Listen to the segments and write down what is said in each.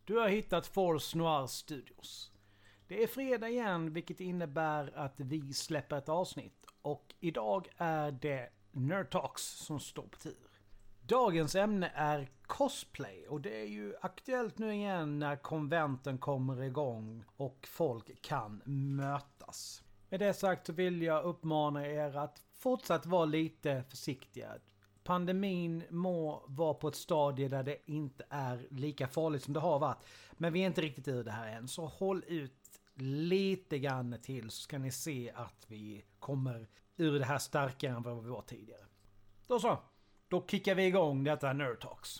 Du har hittat Force Noir Studios. Det är fredag igen, vilket innebär att vi släpper ett avsnitt. Och idag är det Nerd Talks som står på tur. Dagens ämne är cosplay och det är ju aktuellt nu igen när konventen kommer igång och folk kan mötas. Med det sagt så vill jag uppmana er att fortsatt vara lite försiktiga. Pandemin må vara på ett stadie där det inte är lika farligt som det har varit. Men vi är inte riktigt ur det här än. Så håll ut lite grann till så ska ni se att vi kommer ur det här starkare än vad vi var tidigare. Då så. Då kickar vi igång detta Nerd Talks.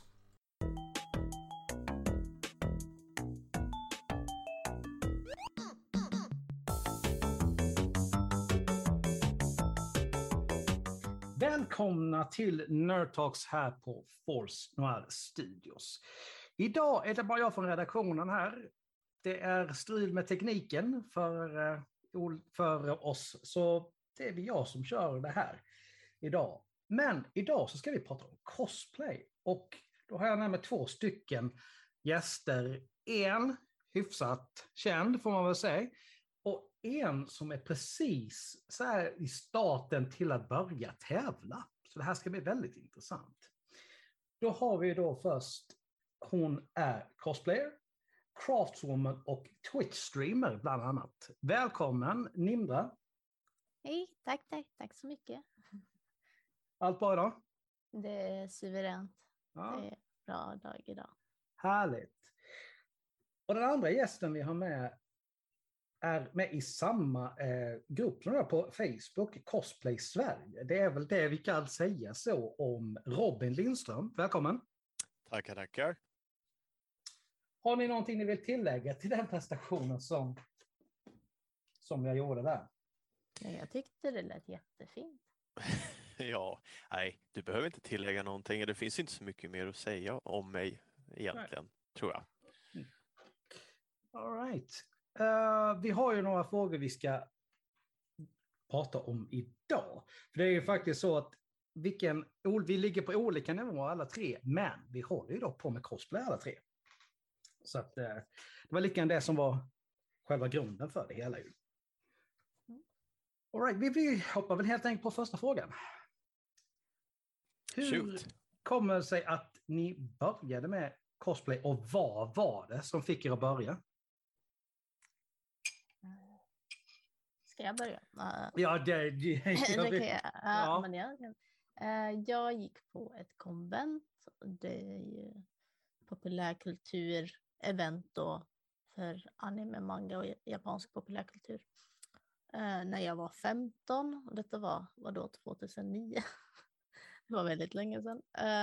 Välkomna till Nerd Talks här på Force Noir Studios. Idag är det bara jag från redaktionen här. Det är strul med tekniken för oss, så det är jag som kör det här idag. Men idag så ska vi prata om cosplay och då har jag med mig 2 stycken gäster. En hyfsat känd får man väl säga. Och en som är precis så här i starten till att börja tävla. Så det här ska bli väldigt intressant. Då har vi då först, hon är cosplayer, craftswoman och Twitch-streamer bland annat. Välkommen Nimra. Hej, tack så mycket. Allt bra idag? Det är suveränt. Ja. Det är en bra dag idag. Härligt. Och den andra gästen vi har med är med i samma grupp som är på Facebook, Cosplay Sverige. Det är väl det vi kan säga så om Robin Lindström. Välkommen! Tackar. Har ni någonting ni vill tillägga till den prestationen som jag gjorde där? Jag tyckte det lät jättefint. Ja, nej, du behöver inte tillägga någonting. Det finns inte så mycket mer att säga om mig egentligen, tror jag. All right. Vi har ju några frågor vi ska prata om idag. För det är ju faktiskt så att vi ligger på olika nivåer alla 3, men vi håller ju då på med cosplay alla 3. Så att det var lika det som var själva grunden för det hela ju. All right, vi hoppar väl helt enkelt på första frågan. Hur kommer det sig att ni började med cosplay och vad var det som fick er att börja? Ska jag börja? Ja, det ja. Men jag gick på ett konvent. Det är ju populärkultur-event då för anime, manga och japansk populärkultur. När jag var 15, och detta var då 2009. Det var väldigt länge sedan.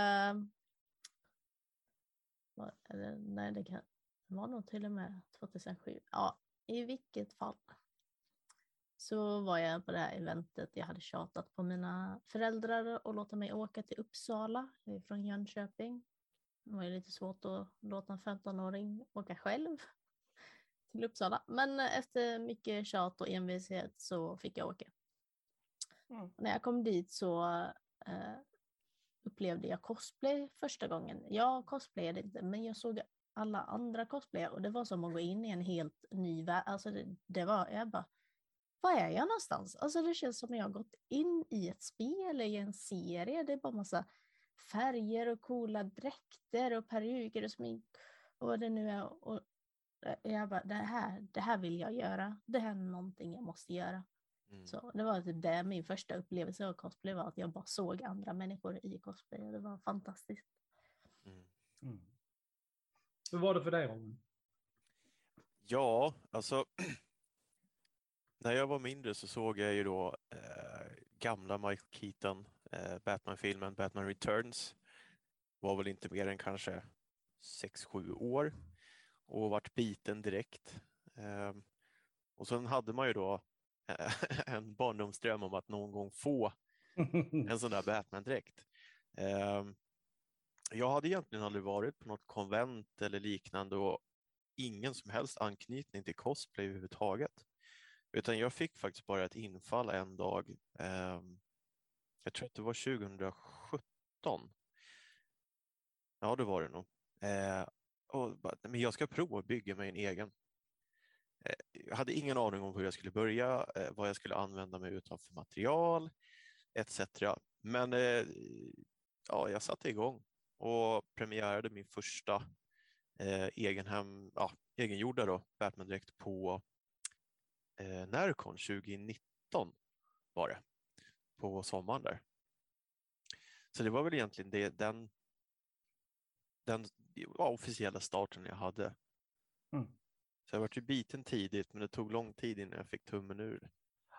Det var nog till och med 2007. Ja, i vilket fall. Så var jag på det här eventet. Jag hade tjatat på mina föräldrar och låta mig åka till Uppsala från Jönköping. Det var ju lite svårt att låta en 15-åring åka själv till Uppsala. Men efter mycket tjat och envishet så fick jag åka. När jag kom dit så upplevde jag cosplay första gången. Jag cosplayade inte, men jag såg alla andra cosplayer och det var som att gå in i en helt ny värld. Alltså det var, jag bara, var är jag någonstans? Alltså det känns som jag har gått in i ett spel, i en serie. Det är bara massa färger och coola dräkter och peruker och smink och vad det nu är. Och jag bara, det här vill jag göra. Det här är någonting jag måste göra. Så det var typ det, min första upplevelse av cosplay var att jag bara såg andra människor i cosplay och det var fantastiskt. Hur var det för dig, Robin? Ja, alltså när jag var mindre så såg jag ju då gamla Michael Keaton, Batman-filmen Batman Returns. Var väl inte mer än kanske 6-7 år och vart biten direkt. Och sen hade man ju då en barndomsdröm om att någon gång få en sån där Batman-dräkt. Jag hade egentligen aldrig varit på något konvent eller liknande och ingen som helst anknytning till cosplay överhuvudtaget. Utan jag fick faktiskt bara ett infall en dag. Jag tror att det var 2017. Ja, det var det nog. och bara, men jag ska prova att bygga mig en egen. Jag hade ingen aning om hur jag skulle börja, vad jag skulle använda mig utav för material, etc. Men ja, jag satte igång och premiärade min första egengjorda då, Batman-dräkt på Närcon 2019 var det, på sommaren där. Så det var väl egentligen den officiella starten jag hade. Mm. Så jag var ju biten tidigt, men det tog lång tid innan jag fick tummen ur det.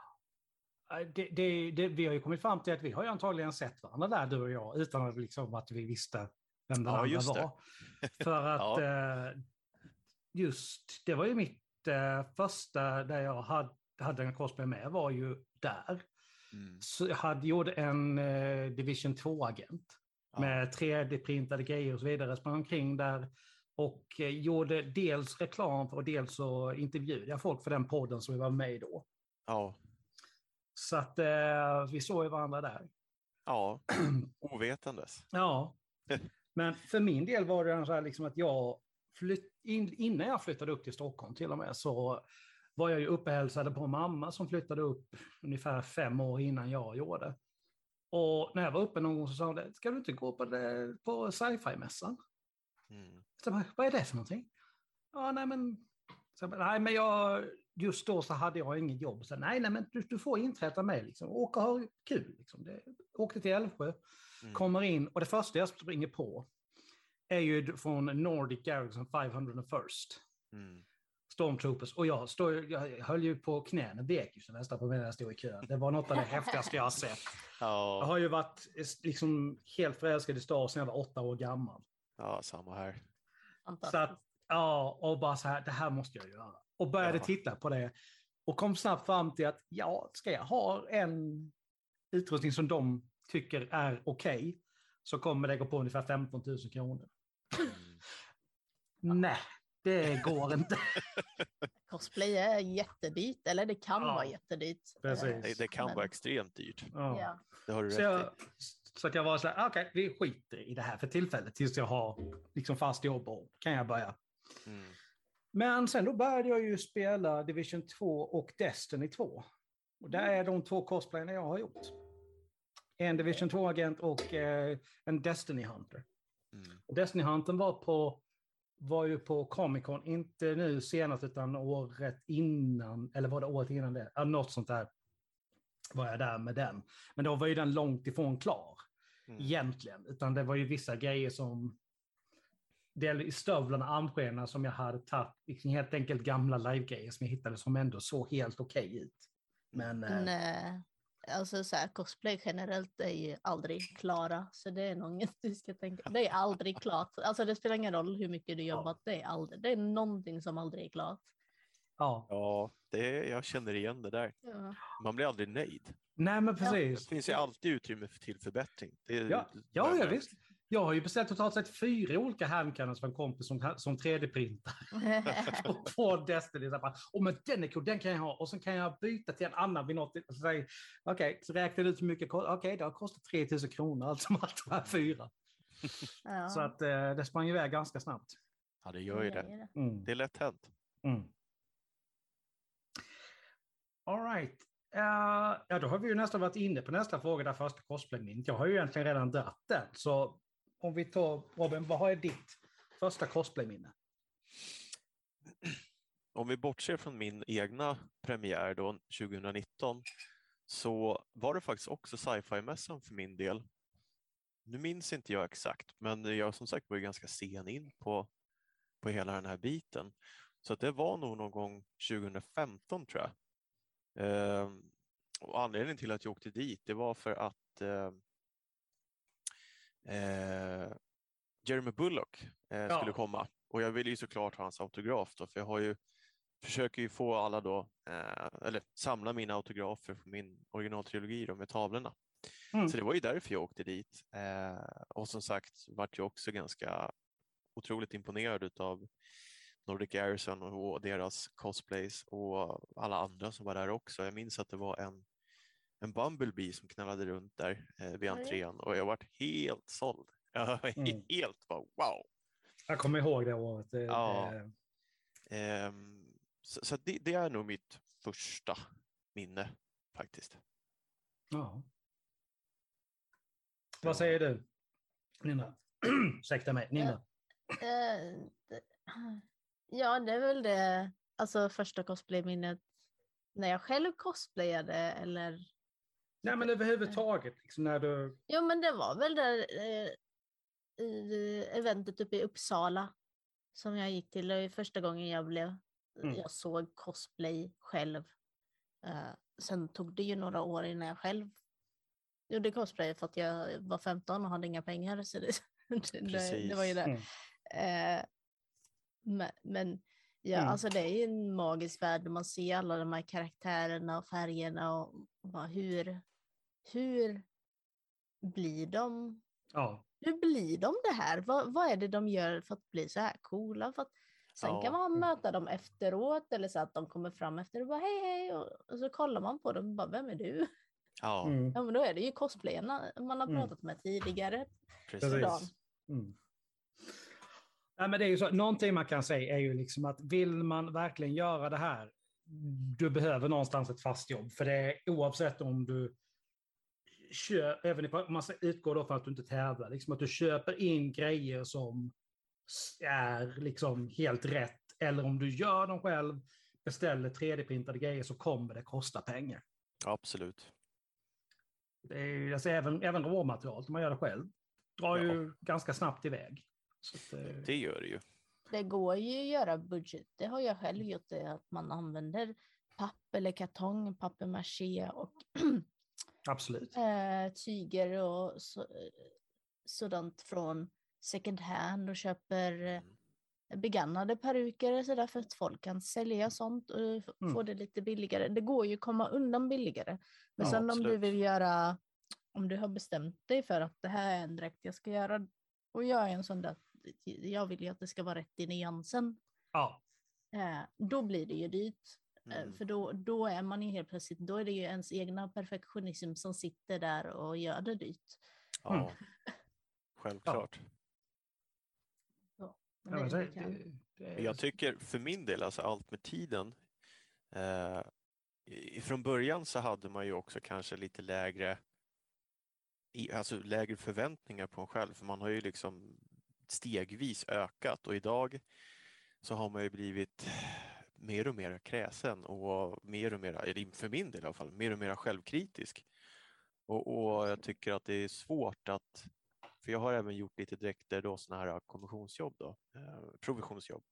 Vi har ju kommit fram till att vi har ju antagligen sett varandra där, du och jag, utan att, liksom, att vi visste vem den andra just det. var. För att just, det var ju mitt första där jag hade en cosplay med, var ju där. Så jag gjorde en Division 2-agent med 3D-printade grejer och så vidare, sprang omkring där och gjorde dels reklam för och dels så intervjuade jag folk för den podden som vi var med i då. Ja. Så att vi såg ju varandra där. Ja, ovetandes. Ja, men för min del var det så här liksom att jag innan jag flyttade upp till Stockholm till och med, så var jag ju uppe och hälsade på mamma som flyttade upp ungefär 5 år innan jag gjorde. Och när jag var uppe någon gång så sa hon, ska du inte gå på sci-fi-mässan? Så vad är det för någonting? Ja, nej men just då så hade jag inget jobb. Så nej men du får inträda med liksom. Åka och ha kul liksom. Åkte till Älvsjö, kommer in och det första jag springer på är ju från Nordic Garrison 501st. Stormtroopers. Och jag höll ju på knäna, vek ju nästan på medan jag stod i kön. Det var något av det häftigaste jag har sett. Jag har ju varit liksom helt förälskad i Star Wars sedan jag var 8 år gammal. Ja, samma här. Så att, och bara så här, det här måste jag göra. Och började titta på det. Och kom snabbt fram till att, ska jag ha en utrustning som de tycker är okej, så kommer det gå på ungefär 15 000 kronor. Nej, det går inte. Cosplay är jättedyrt, eller det kan vara jättedyrt. Precis. Det kan vara extremt dyrt. Ja. Det har du rätt i. Så kan jag vara så här, okej, vi skiter i det här för tillfället tills jag har liksom fast jobb och kan jag börja. Men sen då började jag ju spela Division 2 och Destiny 2. Och där är de 2 cosplayerna jag har gjort. En Division 2-agent och en Destiny Hunter. Och Destiny Hunter var ju på Comic Con, inte nu senast utan året innan, eller var det året innan det? Något sånt där var jag där med den. Men då var ju den långt ifrån klar, egentligen. Utan det var ju vissa grejer som, i stövlarna, armskenorna som jag hade tagit, liksom helt enkelt gamla live-grejer som jag hittade som ändå såg helt okej ut. Men alltså så här, cosplay generellt är ju aldrig klara, så det är nog inget du ska tänka. Det är aldrig klart. Alltså det spelar ingen roll hur mycket du jobbat, det är någonting som aldrig är klart. Ja, jag känner igen det där. Ja. Man blir aldrig nöjd. Nej, men precis. Det finns ju alltid utrymme till förbättring. Ja, visst. Jag har ju beställt totalt sett 4 olika handkannor som en kompis som 3D-printar på Destiny. Men den är cool, den kan jag ha. Och sen kan jag byta till en annan vid något. Okej, så räknar det ut hur mycket. Okej, det har kostat 3 000 kronor, allt som allt de här 4. Ja. Så att det sprang iväg ganska snabbt. Ja, det gör ju det. Det är lätt hänt. All right. Då har vi ju nästan varit inne på nästa fråga, där första cosplay-minnet. Jag har ju egentligen redan dratt den. Så om vi tar, Robin, vad är ditt första cosplay-minne? Om vi bortser från min egna premiär då 2019, så var det faktiskt också sci-fi-mässan för min del. Nu minns inte jag exakt, men jag som sagt var ju ganska sen in på hela den här biten. Så det var nog någon gång 2015 tror jag. Och anledningen till att jag åkte dit, det var för att Jeremy Bullock skulle komma. Och jag ville ju såklart ha hans autograf då, för försöker ju få alla då, eller samla mina autografer för min originaltrilogi då, med tavlorna. Så det var ju därför jag åkte dit. Och som sagt vart jag också ganska otroligt imponerad av Nordic Garrison och deras cosplays och alla andra som var där också. Jag minns att det var en Bumblebee som knallade runt där vid entrén och jag var helt såld. Jag var helt bara wow. Jag kommer ihåg det året. Ja. Så det är nog mitt första minne faktiskt. Ja. Vad säger du, Nina? Ursäkta mig, Nina. Ja, det är väl det. Alltså första cosplayminnet när jag själv cosplayade eller... Nej, men överhuvudtaget. Liksom när du... Jo, men det var väl där i eventet uppe i Uppsala som jag gick till. Det var första gången jag såg cosplay själv. Sen tog det ju några år innan jag själv gjorde cosplay för att jag var 15 och hade inga pengar. Så det var ju det. Men ja, alltså det är ju en magisk värld. Man ser alla de här karaktärerna och färgerna och bara hur blir de? Ja. Hur blir de det här? Vad är det de gör för att bli så här coola? För att sen kan man möta dem efteråt eller så att de kommer fram efter och bara hej och så kollar man på dem och bara vem är du? Ja. Ja, men då är det ju cosplayerna man har pratat med tidigare. Precis. Ja, men det är ju så, någonting man kan säga är ju liksom att vill man verkligen göra det här, du behöver någonstans ett fast jobb. För det är oavsett om du även om man utgår då för att du inte tävlar, liksom att du köper in grejer som är liksom helt rätt, eller om du gör dem själv, beställer 3D-printade grejer, så kommer det kosta pengar. Absolut. Det är ju, alltså, även råmaterial, om man gör det själv, drar ju ganska snabbt iväg. Så att, det gör det ju. Det går ju att göra budget. Det har jag själv gjort, det att man använder papp eller kartong, papier-maché och absolut. tyger och sådant från second hand och köper begagnade peruker så där för att folk kan sälja sånt och få det lite billigare. Det går ju att komma undan billigare. Men sen absolut. om du vill om du har bestämt dig för att det här är en dräkt jag ska göra och jag är en sån där, jag vill ju att det ska vara rätt i nyansen. Ja. Då blir det ju dyrt. För då är man ju helt plötsligt, då är det ju ens egna perfektionism som sitter där och gör det dyrt. Ja, självklart. Ja. Jag tycker för min del, alltså allt med tiden, från början så hade man ju också kanske lite lägre förväntningar på en själv, för man har ju liksom stegvis ökat, och idag så har man ju blivit mer och mer kräsen och mer och mer, för min del i alla fall, mer och mer självkritisk. Och jag tycker att det är svårt att, för jag har även gjort lite dräkter då, såna här kommissionsjobb då, provisionsjobb,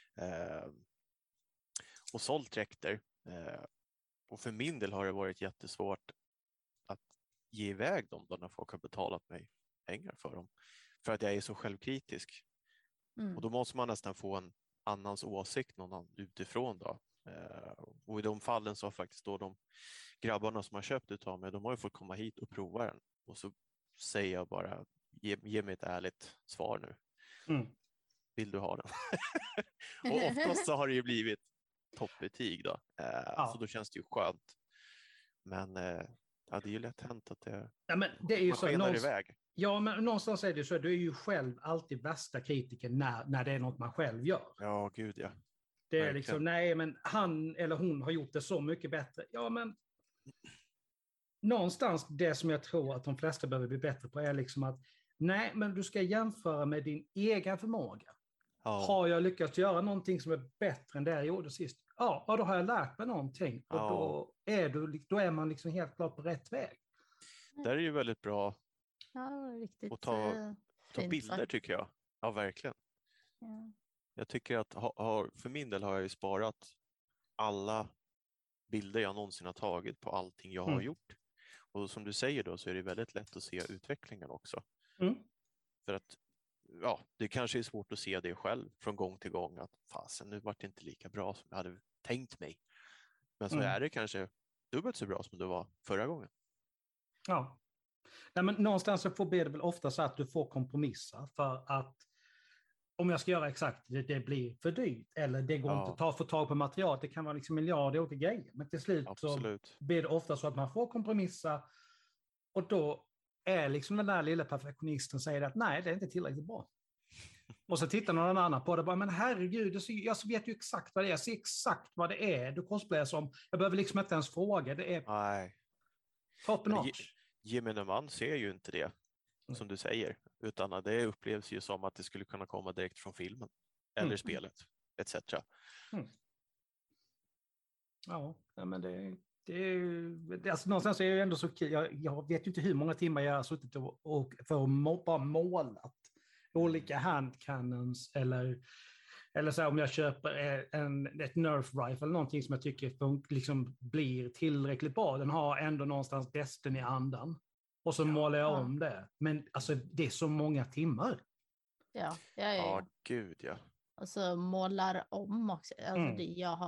och sålt dräkter. Och för min del har det varit jättesvårt att ge iväg dem då när folk har betalat mig pengar för dem. För att jag är så självkritisk. Och då måste man nästan få en annans åsikt, någon utifrån då. Och i de fallen så har faktiskt då de grabbarna som har köpt utav mig, de har ju fått komma hit och prova den. Och så säger jag bara, ge mig ett ärligt svar nu. Vill du ha den? Och oftast så har det ju blivit toppbetyg då. Så då känns det ju skönt. Men det är ju lätt hänt att det är ju så iväg. Ja, men någonstans är det så, du är ju själv alltid värsta kritiken när det är något man själv gör. Ja, gud ja. Det är liksom, nej men han eller hon har gjort det så mycket bättre. Ja, men någonstans det som jag tror att de flesta behöver bli bättre på är liksom att nej, men du ska jämföra med din egen förmåga. Ja. Har jag lyckats göra någonting som är bättre än det jag gjorde sist? Ja, då har jag lärt mig någonting. Och då är man liksom helt klart på rätt väg. Det är ju väldigt bra. Ja, riktigt. Och ta bilder tycker jag. Ja, verkligen. Ja. Jag tycker att för min del har jag ju sparat alla bilder jag någonsin har tagit på allting jag har gjort. Och som du säger då, så är det väldigt lätt att se utvecklingen också. För att det kanske är svårt att se det själv från gång till gång, att fasen, nu var det inte lika bra som jag hade tänkt mig. Men så är det kanske dubbelt så bra som det var förra gången. Ja. Nej, men någonstans så blir det väl ofta så att du får kompromissa, för att om jag ska göra exakt, det blir för dyrt, eller det går inte att få tag på material, det kan vara liksom miljarder olika grejer, men till slut så blir det ofta så att man får kompromissa, och då är liksom den där lilla perfektionisten säger att nej, det är inte tillräckligt bra. Och så tittar någon annan på det och bara, men herregud, jag vet ju exakt vad det är. Jag ser exakt vad det är du cosplayar som. Jag behöver liksom inte ens fråga. Det är Nej. top notch. Gemene man ser ju inte det, som du säger, utan det upplevs ju som att det skulle kunna komma direkt från filmen eller spelet, etc. Ja, men det alltså, någonstans är det ju ändå så kul. Jag vet ju inte hur många timmar jag har suttit och för att bara målat olika handcannons eller så här, om jag köper ett Nerf rifle eller någonting som jag tycker liksom blir tillräckligt bra. Den har ändå någonstans Destiny-andan. Och så målar jag om det. Men alltså det är så många timmar. Ja. Gud ja. Alltså målar om också. Alltså,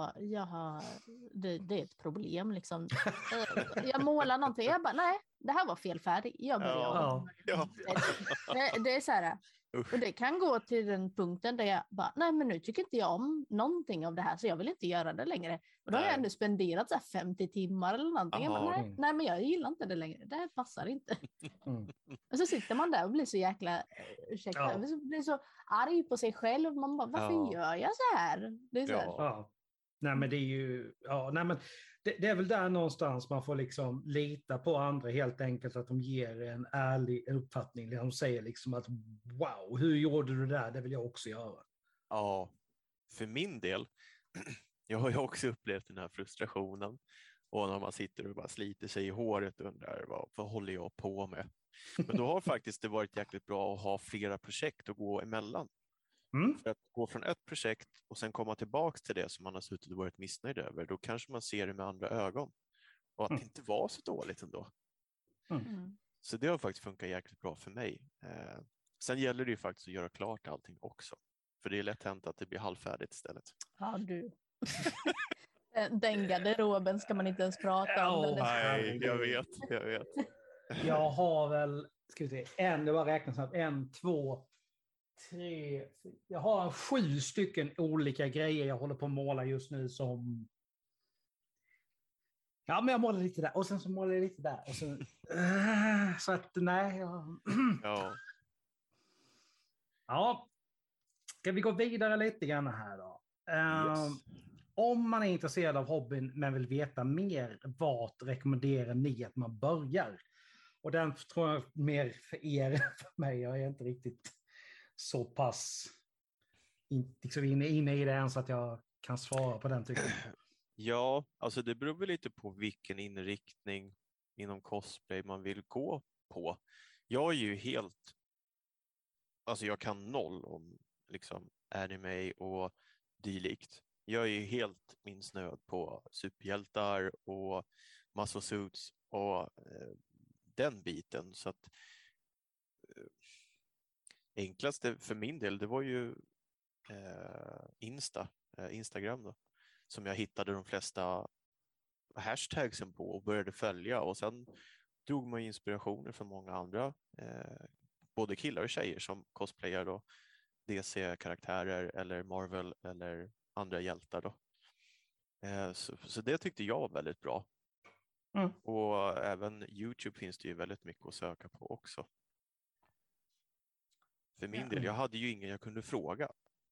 det är ett problem liksom. Jag målar någonting. Jag bara, nej, det här var fel färg. Jag börjar om. Ja. Det är så här. Och det kan gå till den punkten där jag bara, nej men nu tycker inte jag om någonting av det här så jag vill inte göra det längre. Och då har jag ändå spenderat så här 50 timmar eller någonting. Jag bara, nej men jag gillar inte det längre. Det här passar inte. Och så sitter man där och blir så jäkla, blir så arg på sig själv. Man bara, varför gör jag så här? Det är så här. Nej men det är ju, det är väl där någonstans man får liksom lita på andra helt enkelt, att de ger en ärlig uppfattning. De säger liksom att wow, hur gjorde du det där? Det vill jag också göra. Ja, för min del, jag har ju också upplevt den här frustrationen. Och när man sitter och bara sliter sig i håret och undrar vad håller jag på med? Men då har faktiskt det varit jäkligt bra att ha flera projekt att gå emellan. För att gå från ett projekt och sen komma tillbaka till det som man har suttit och varit missnöjd över, då kanske man ser det med andra ögon. Och att det inte var så dåligt ändå. Så det har faktiskt funkat jäkligt bra för mig. Sen gäller det ju faktiskt att göra klart allting också. För det är lätt hänt att det blir halvfärdigt istället. Ja, du. Den garderoben ska man inte ens prata om. Nej, jag vet. Jag har väl, ska vi se, det var räknat så att 1, 2, 3, jag har 7 stycken olika grejer jag håller på att måla just nu som... Ja, men jag målar lite där och sen så målar jag lite där. Och sen... så att nej. Ja. Ska vi gå vidare lite grann här då? Om man är intresserad av hobbyn men vill veta mer, vart rekommenderar ni att man börjar? Och den tror jag mer för er än för mig. Jag är inte riktigt så pass liksom inne i det än så att jag kan svara på den tycker jag. Ja, alltså det beror väl lite på vilken inriktning inom cosplay man vill gå på. Jag är ju helt, alltså jag kan noll om liksom anime och dylikt. Jag är ju helt insnöad på superhjältar och muscle suits och den biten. Så att enklaste för min del, det var ju Instagram då, som jag hittade de flesta hashtagsen på och började följa, och sen drog man inspirationer från många andra, både killar och tjejer som cosplayar då DC-karaktärer eller Marvel eller andra hjältar då. Så det tyckte jag var väldigt bra. Och även YouTube finns det ju väldigt mycket att söka på också. För min del, jag hade ju ingen jag kunde fråga.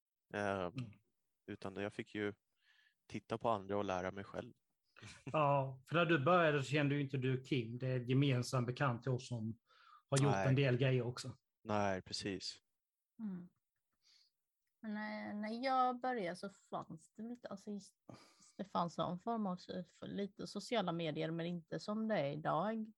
Utan jag fick ju titta på andra och lära mig själv. Ja, för när du började så kände ju inte du Kim. Det är en gemensam bekant till oss som har gjort en del grejer också. Nej, precis. När jag började så fanns det lite, alltså det fanns någon form av lite sociala medier men inte som det är idag.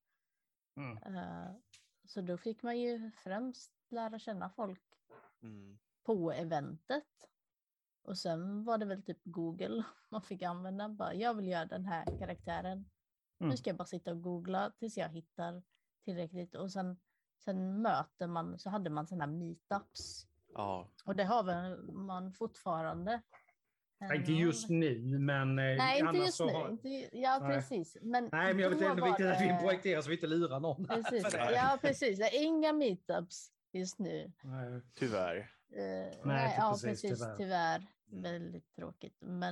Så då fick man ju främst lära känna folk på eventet. Och sen var det väl typ Google man fick använda. Bara, jag vill göra den här karaktären. Nu ska jag bara sitta och googla tills jag hittar tillräckligt. Och sen möter man, så hade man sådana här meetups. Ja. Och det har väl man fortfarande. Inte just nu, men... Nej, inte just nu. Precis. Men nej, men jag vet ändå viktigt att vi poängterar så vi inte lurar någon. Precis. Ja, precis. Det är inga meetups just nu. Nej. Tyvärr. Precis. Tyvärr. Väldigt tråkigt.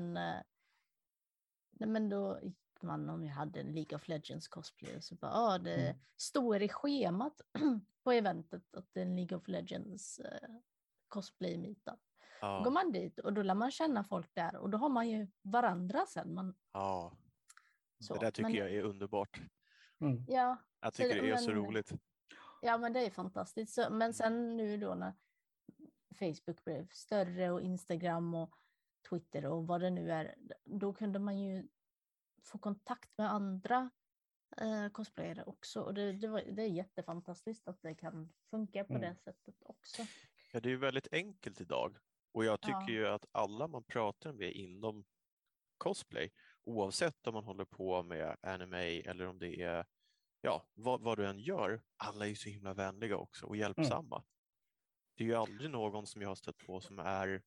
Men då gick man, om jag hade en League of Legends cosplay, så bara, står i schemat på eventet att det är en League of Legends cosplay meetup. Ja. Går man dit och då lär man känna folk där och då har man ju varandra sen. Ja. Så, Det där tycker jag är underbart. Ja, Jag tycker det är så roligt. Ja, men det är fantastiskt. Så, men sen nu då när Facebook blev större och Instagram och Twitter och vad det nu är, då kunde man ju få kontakt med andra cosplayare också. Och det är jättefantastiskt att det kan funka på det sättet också. Ja, det är väldigt enkelt idag. Och jag tycker ju att alla man pratar med inom cosplay, oavsett om man håller på med anime eller om det är vad du än gör, alla är så himla vänliga också och hjälpsamma. Det är ju aldrig någon som jag har stött på som är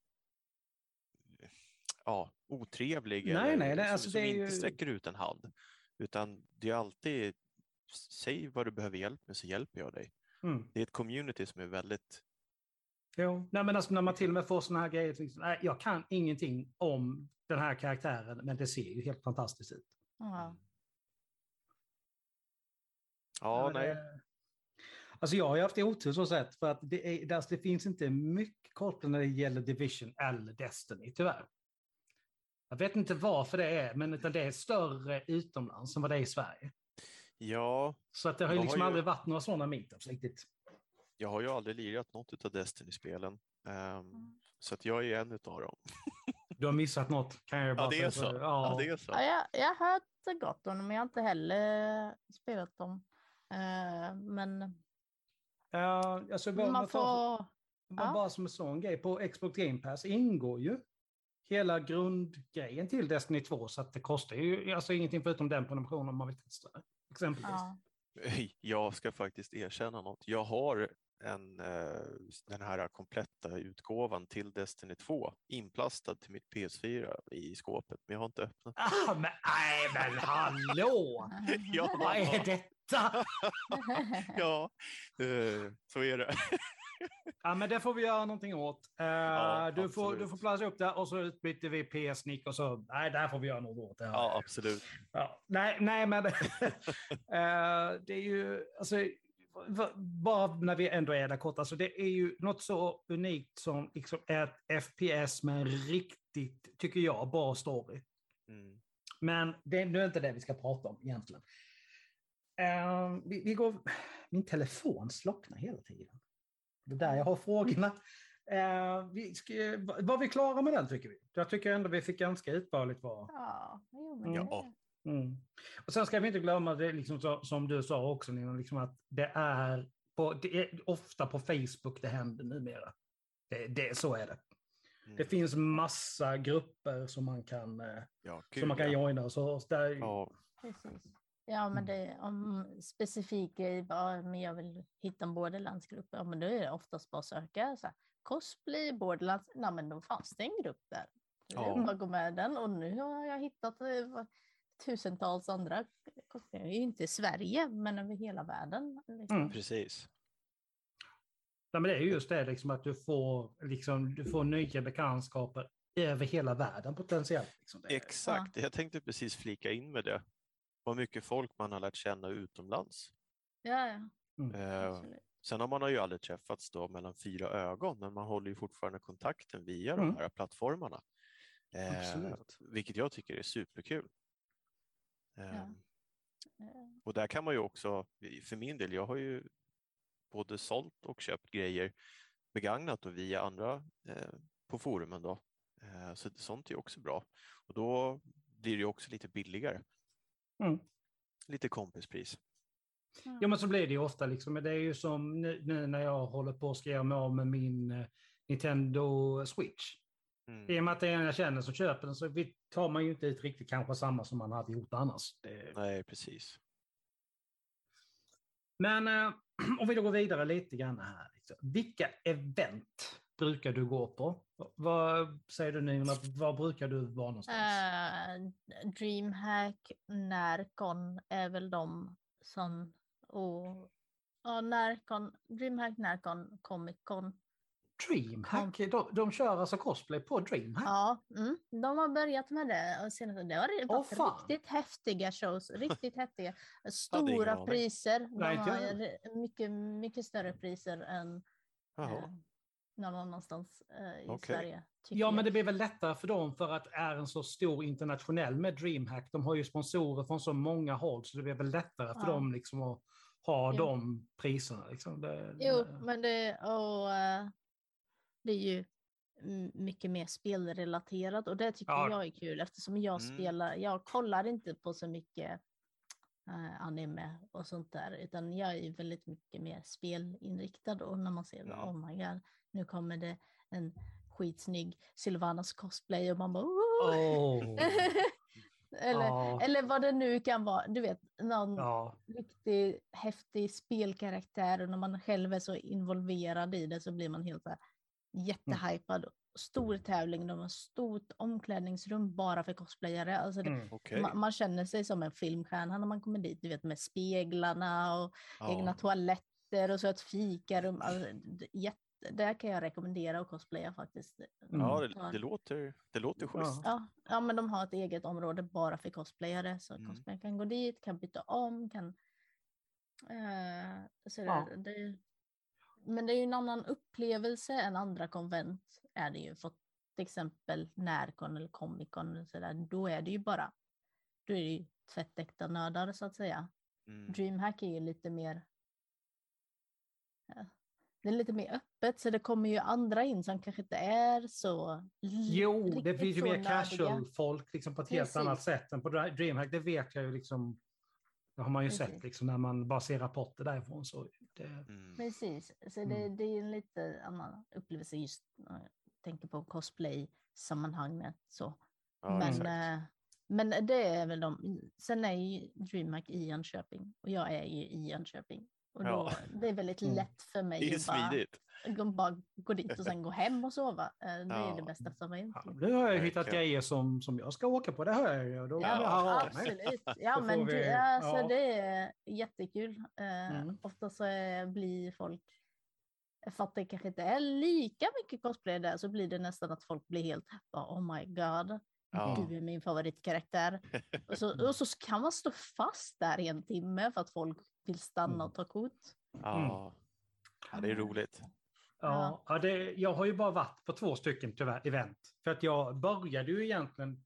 otrevlig eller alltså som inte sträcker ut en hand. Utan det är alltid, säg vad du behöver hjälp med så hjälper jag dig. Det är ett community som är väldigt... Jo, nej men alltså när man till och med får såna här grejer, liksom, nej, jag kan ingenting om den här karaktären, men det ser ju helt fantastiskt ut. Ja, nej. Alltså jag har ju haft otur så sett, för att det finns inte mycket cosplay när det gäller Division eller Destiny, tyvärr. Jag vet inte varför det är, men det är större utomlands än vad det är i Sverige. Ja. Så att det har ju liksom aldrig varit några sådana meetups riktigt. Jag har ju aldrig lirat något av Destiny-spelen. Så att jag är en utav dem. Du har missat något, kan jag bara säga. Ja, det är så. Ja, jag har hört gott om dem, men jag har inte heller spelat dem. Men alltså, man får... Bara som en sån grej, på Xbox Game Pass ingår ju hela grundgrejen till Destiny 2, så att det kostar ju alltså ingenting förutom den prenumerationen om man vill testa det, exempelvis. Jag ska faktiskt erkänna något. Jag har den här kompletta utgåvan till Destiny 2 inplastad till mitt PS4 i skåpet, men jag har inte öppnat. Men hallå! Vad är detta? Ja, så är det. Ja, men det får vi göra någonting åt. Du får plats upp där och så utbyter vi PS-nick och så, nej, där får vi göra något åt det. Ja, absolut. Ja, nej, men det är ju, alltså, bara när vi ändå är där kort, alltså det är ju något så unikt som liksom ett FPS med en riktigt, tycker jag, bra story. Men det är nu inte det vi ska prata om egentligen. Min telefon slocknar hela tiden. Det där jag har frågorna. Var vi klara med den, tycker vi? Jag tycker ändå vi fick ganska utförligt vara. Ja. Och sen ska vi inte glömma det, liksom, som du sa också, Nina, liksom att det är ofta på Facebook det händer numera. Så är det. Det finns massa grupper som man kan, joina. Och så, Precis. Ja, men det om specifik grej, men jag vill hitta en Borderlands-grupp, men då är det oftast bara söka så här, cosplay, Borderlands, men då fanns det en grupp där. Jag går med den och nu har jag hittat tusentals andra cosplayer, inte i Sverige, men över hela världen. Liksom. Precis. Ja, men det är just det, liksom, att du får nya bekantskaper över hela världen potentiellt. Liksom. Exakt, jag tänkte precis flika in med det. Vad mycket folk man har lärt känna utomlands. Sen har man ju aldrig träffats då mellan 4 ögon, men man håller ju fortfarande kontakten via de här plattformarna. Vilket jag tycker är superkul. Och där kan man ju också, för min del, jag har ju både sålt och köpt grejer begagnat och via andra på forumen då. Så sånt är också bra. Och då blir det ju också lite billigare. Lite kompispris. Ja, men så blir det ju ofta liksom. Men det är ju som nu när jag håller på att skriva mig av med min Nintendo Switch. I och med att det är en jag känner som köper den, så tar man ju inte ut riktigt kanske samma som man hade gjort annars. Nej, precis. Men om vi då går vidare lite grann här. Liksom. Vilka event brukar du gå på? Vad säger du nu? Var brukar du vara någonstans? Dreamhack, Närcon är väl de som... Närcon, Dreamhack, Närcon, Comic Con. Dreamhack? De kör alltså cosplay på Dreamhack? Ja, de har börjat med det. Och senast, det har varit riktigt häftiga shows. Riktigt häftiga. Stora priser. De har mycket, mycket större priser än någon annanstans i Okej. Sverige. tycker Ja, jag. men det blir väl lättare för dem för att är en så stor internationell med DreamHack. De har ju sponsorer från så många håll, så det blir väl lättare för Ja. dem liksom att ha Jo. de priserna. Liksom. Jo, men det är ju mycket mer spelrelaterat och det tycker Ja. jag är kul eftersom jag jag kollar inte på så mycket anime och sånt där utan jag är väldigt mycket mer spelinriktad och när man ser oh my god, nu kommer det en skitsnygg Sylvanas cosplay och man bara eller vad det nu kan vara, du vet, någon riktigt häftig spelkaraktär och när man själv är så involverad i det så blir man helt så här jättehypad. Stor tävling, de har stort omklädningsrum bara för cosplayare. Alltså man känner sig som en filmstjärna när man kommer dit, du vet, med speglarna och egna toaletter och så ett fikarum. Alltså, det kan jag rekommendera att cosplaya faktiskt. Ja, det låter schysst. Ja, men de har ett eget område bara för cosplayare så cosplayare kan gå dit, kan byta om, kan men det är ju en annan upplevelse än andra konvent är det ju. För till exempel Närcon eller Comic Con och sådär, då är det ju tvättäkta nördar så att säga. DreamHack är ju lite mer det är lite mer öppet så det kommer ju andra in som kanske inte är så det blir ju mer casual folk liksom på ett helt annat sätt än på DreamHack. Det vet jag ju liksom. Det har man ju sett liksom, när man bara ser rapporter därifrån. Så Precis, så det är en lite annan upplevelse just när jag tänker på cosplay-sammanhanget. Så. Men det är väl sen är ju DreamHack i Jönköping och jag är ju i Jönköping. Och då, det är väldigt lätt för mig det är smidigt. Bara gå dit och sen gå hem och sova. Det är det bästa som egentligen. Nu har jag hittat grejer som jag ska åka på. Det hör jag ju. Då absolut. Ja, men det är jättekul. Ofta så blir folk, för att det kanske inte är lika mycket cosplay där, så blir det nästan att folk blir helt oh my god. Du är min favoritkaraktär. och så kan man stå fast där i en timme för att folk vill stanna och ta kort. Ja, det är roligt. Jag har ju bara varit på 2 stycken tyvärr event. För att jag började ju egentligen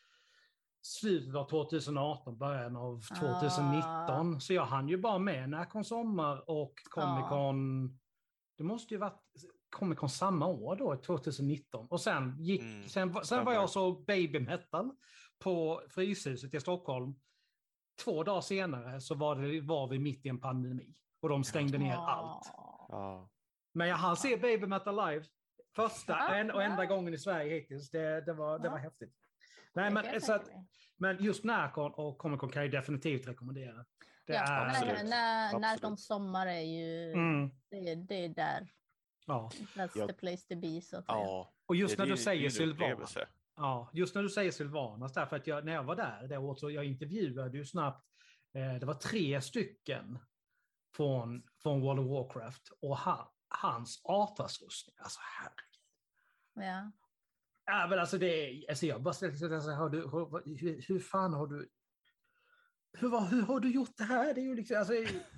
slutet av 2018, början av 2019. Så jag hann ju bara med Närcon Sommar och Comic Con. Det måste ju varit Comic Con samma år då, 2019. Och sen var jag så Baby Metal på Fryshuset i Stockholm. 2 dagar senare så var vi mitt i en pandemi. Och de stängde ner allt. Men jag hann se Baby Metal live. Första och enda gången i Sverige hittills. Det var häftigt. Nej, men just Närcon och Comic Con kan jag definitivt rekommendera. Närcon Sommar är ju det är där. That's the place to be, så att säga. Och just när du säger Sylvanas. Just när du säger Sylvanas, därför att när jag var där det året så jag intervjuade ju snabbt. Det var 3 stycken från World of Warcraft och hans Arthas-rustning. Alltså herregud. Ja, men alltså jag bara hur fan har du hur har du gjort det här? Det är ju liksom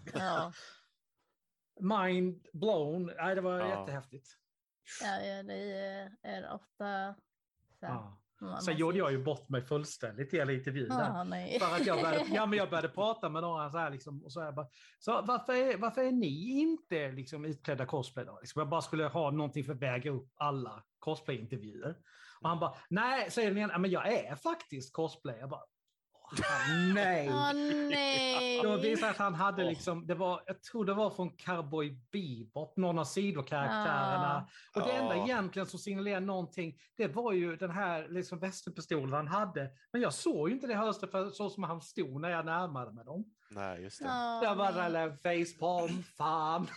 mind blown. Nej, det var jättehäftigt. Ja, det är ofta så. Sen gjorde jag ju bort mig fullständigt i hela intervjun där. För att jag började prata med några så här liksom, och så här bara, så varför är ni inte liksom utklädda cosplay då? Liksom, jag bara skulle ha någonting för att väga upp alla cosplay-intervjuer. Och han bara, nej, säger den ena, men jag är faktiskt cosplay. Jag bara, nej. Nej. Då visade att han hade liksom, jag tror det var från Cowboy Bebop, någon av sidokaraktärerna. Och det enda egentligen som signalerade någonting, det var ju den här liksom västerpistolen han hade. Men jag såg ju inte det högsta för så som han stod när jag närmade med dem. Nej, just det. Det var den facepalm, fan.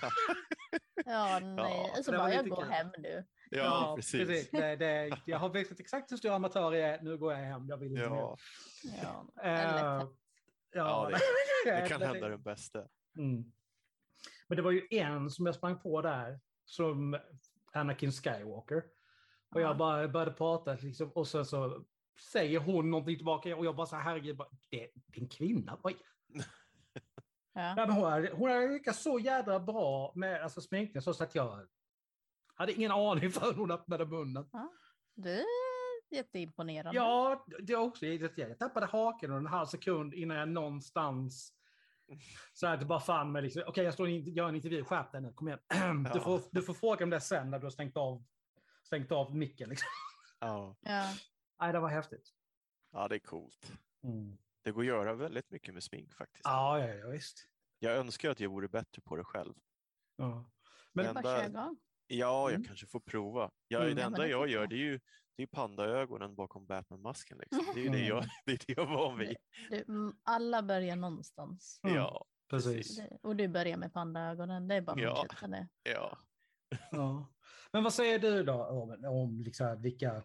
Så bara jag går hem nu. Ja, precis. Jag har vetat exakt hur stor amatör jag är. Nu går jag hem. Jag vill inte mer. Det kan hända den bästa. Men det var ju en som jag sprang på där som Anakin Skywalker. Och jag bara började prata liksom, och sen så säger hon någonting tillbaka och jag bara så här, herregud, det är en kvinna. Men hon har lyckats så jädra bra med alltså, sminkning så att jag Hade ingen aning förrän hon öppnade munnen. Ja, det är jätteimponerande. Ja, det är också jag tappade haken och en halv sekund innan jag någonstans så här, det bara fan med liksom, okej, gör en intervju, skärp dig nu, kom igen. Du får fråga om det sen när du har stängt av micken liksom. Ja. Nej, det var häftigt. Ja, det är coolt. Mm. Det går att göra väldigt mycket med smink faktiskt. Ja, visst. Jag önskar att jag vore bättre på det själv. Ja. Men bara köra igång. Ja, jag kanske får prova. Det enda jag gör, jag. det är pandaögonen bakom Batman-masken. Liksom. Det är det jag är van vid. Alla börjar någonstans. Ja, precis. Och du börjar med pandaögonen. Det är bara att fortsätta det. Ja. Men vad säger du då om liksom, vilka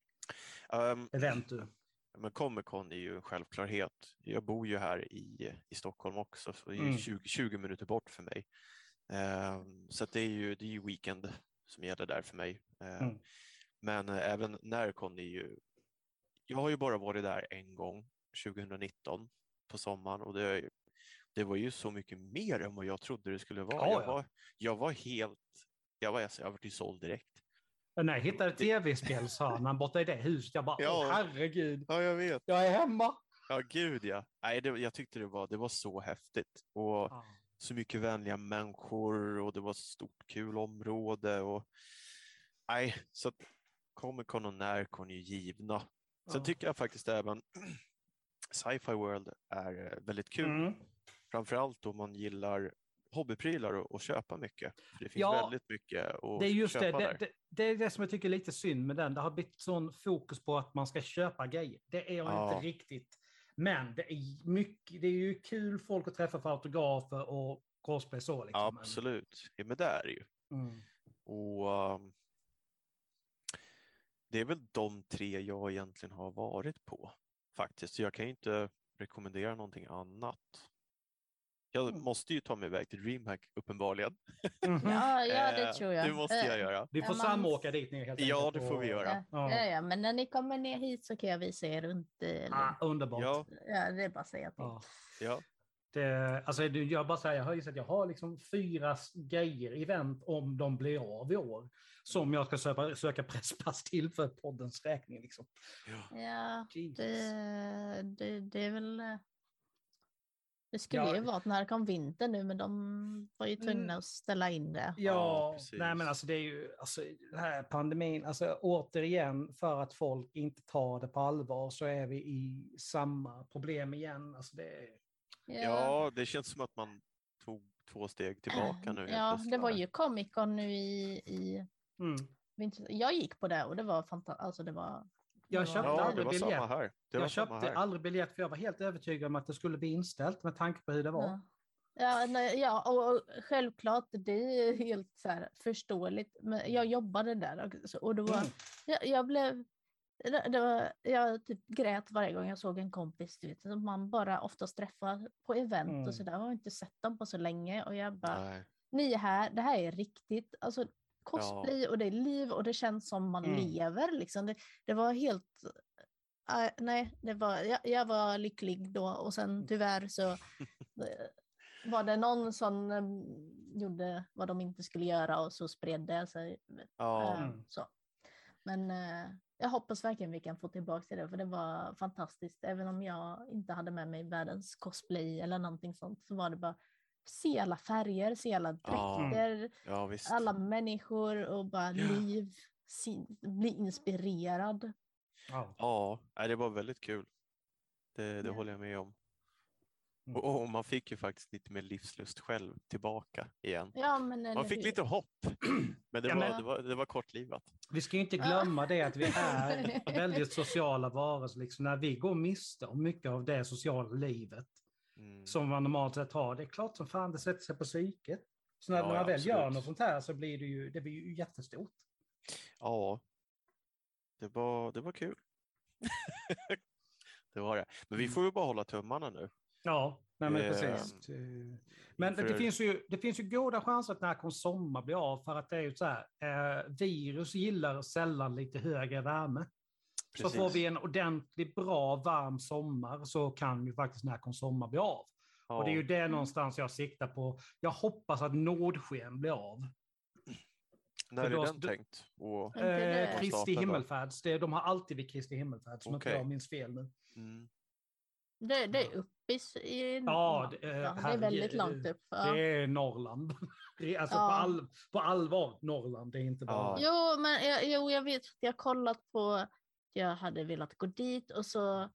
event du... Men Comic Con är ju en självklarhet. Jag bor ju här i Stockholm också, så det är 20 minuter bort för mig. Så att det är ju weekend som gäller där för mig. Men även Närcon är ju... Jag har ju bara varit där en gång, 2019 på sommaren, och det var ju så mycket mer än vad jag trodde det skulle vara. Jag var ju såld direkt. När jag hittade tv-spelshörnan borta i det huset, jag bara, herregud. Ja, jag vet. Jag är hemma. Ja, gud ja. Nej, jag tyckte det var så häftigt. Och så mycket vänliga människor, och det var ett stort kul område. Och så Comic-Con och Närcon är ju givna. Sen tycker jag faktiskt även Sci-Fi World är väldigt kul. Framförallt om man gillar hobbyprylar och köpa mycket. För det finns väldigt mycket att det är just köpa där. Det är det som jag tycker är lite synd med den. Det har blivit sån fokus på att man ska köpa grejer. Det är jag inte riktigt. Men det är ju kul folk att träffa för autografer och cosplay så. Liksom. Absolut. Ja, men det är det ju. Och det är väl de 3 jag egentligen har varit på faktiskt. Så jag kan ju inte rekommendera någonting annat. Jag måste ju ta mig iväg till DreamHack uppenbarligen. Ja, det tror jag. Det måste jag göra. Vi får samåka dit ner helt enkelt. Ja, det får vi göra. Ja, men när ni kommer ner hit så kan jag visa er runt. Underbart. Ja, det är bara att säga till. Ja. Jag har ju sett, jag har liksom 4 grejer, event om de blir av i år. Som jag ska söka presspass till för poddens räkning. Liksom. Ja, det är väl... Det skulle ju vara att när det kom vinter nu, men de var ju tvungna att ställa in det. Ja, nej men alltså det är ju, den här pandemin, återigen för att folk inte tar det på allvar så är vi i samma problem igen. Ja, det känns som att man tog 2 steg tillbaka nu. Ja, det var ju Comic Con nu i jag gick på det och det var fantastiskt. Alltså det var... Jag köpte aldrig biljett. Samma här. Jag köpte aldrig biljett för jag var helt övertygad om att det skulle bli inställt med tanke på hur det var. Och självklart, det är helt så här förståeligt. Men jag jobbade där och det var, jag typ grät varje gång jag såg en kompis som man bara oftast träffar på event och sådär. Jag har inte sett dem på så länge och jag bara, ni är här, det här är riktigt. Alltså cosplay och det är liv och det känns som man lever liksom. Det var helt jag var lycklig då och sen tyvärr så var det någon som gjorde vad de inte skulle göra och så spred det sig. Så. Men jag hoppas verkligen vi kan få tillbaka till det för det var fantastiskt. Även om jag inte hade med mig världens cosplay eller någonting sånt så var det bara se alla färger, se alla dräkter, alla människor och bara liv, bli inspirerad. Ja, det var väldigt kul. Det håller jag med om. Och man fick ju faktiskt lite mer livslust själv tillbaka igen. Ja, men man fick lite hopp, men det var kortlivat. Vi ska ju inte glömma det att vi är väldigt sociala varelser. Liksom, när vi går miste om mycket av det sociala livet som man normalt sett har. Det är klart som fan det sätter sig på psyket. Så när man väl gör något sånt här så blir det blir ju jättestort. Ja, det var kul. Det var det. Men vi får ju bara hålla tummarna nu. Ja, men precis. Men det finns ju goda chanser att Närcon sommar blir av för att det är ju så här, virus gillar sällan lite högre värme. Precis. Så får vi en ordentligt bra varm sommar så kan ju faktiskt Närcon sommar bli av. Ja. Och det är ju det någonstans jag siktar på. Jag hoppas att Nordsken blir av. När För är då- den tänkt? Och, Inte det. Kristi starten då? himmelfärds. De har alltid vid Kristi himmelfärds, som inte Okej. jag minns fel nu. Mm. Det är uppe i Ja, Norrland. det Det är väldigt långt upp. Ja. Det är Norrland. Alltså Ja. på allvar Norrland, det är inte bara... Ja. Jo, men jag vet att jag har kollat på, jag hade velat gå dit och så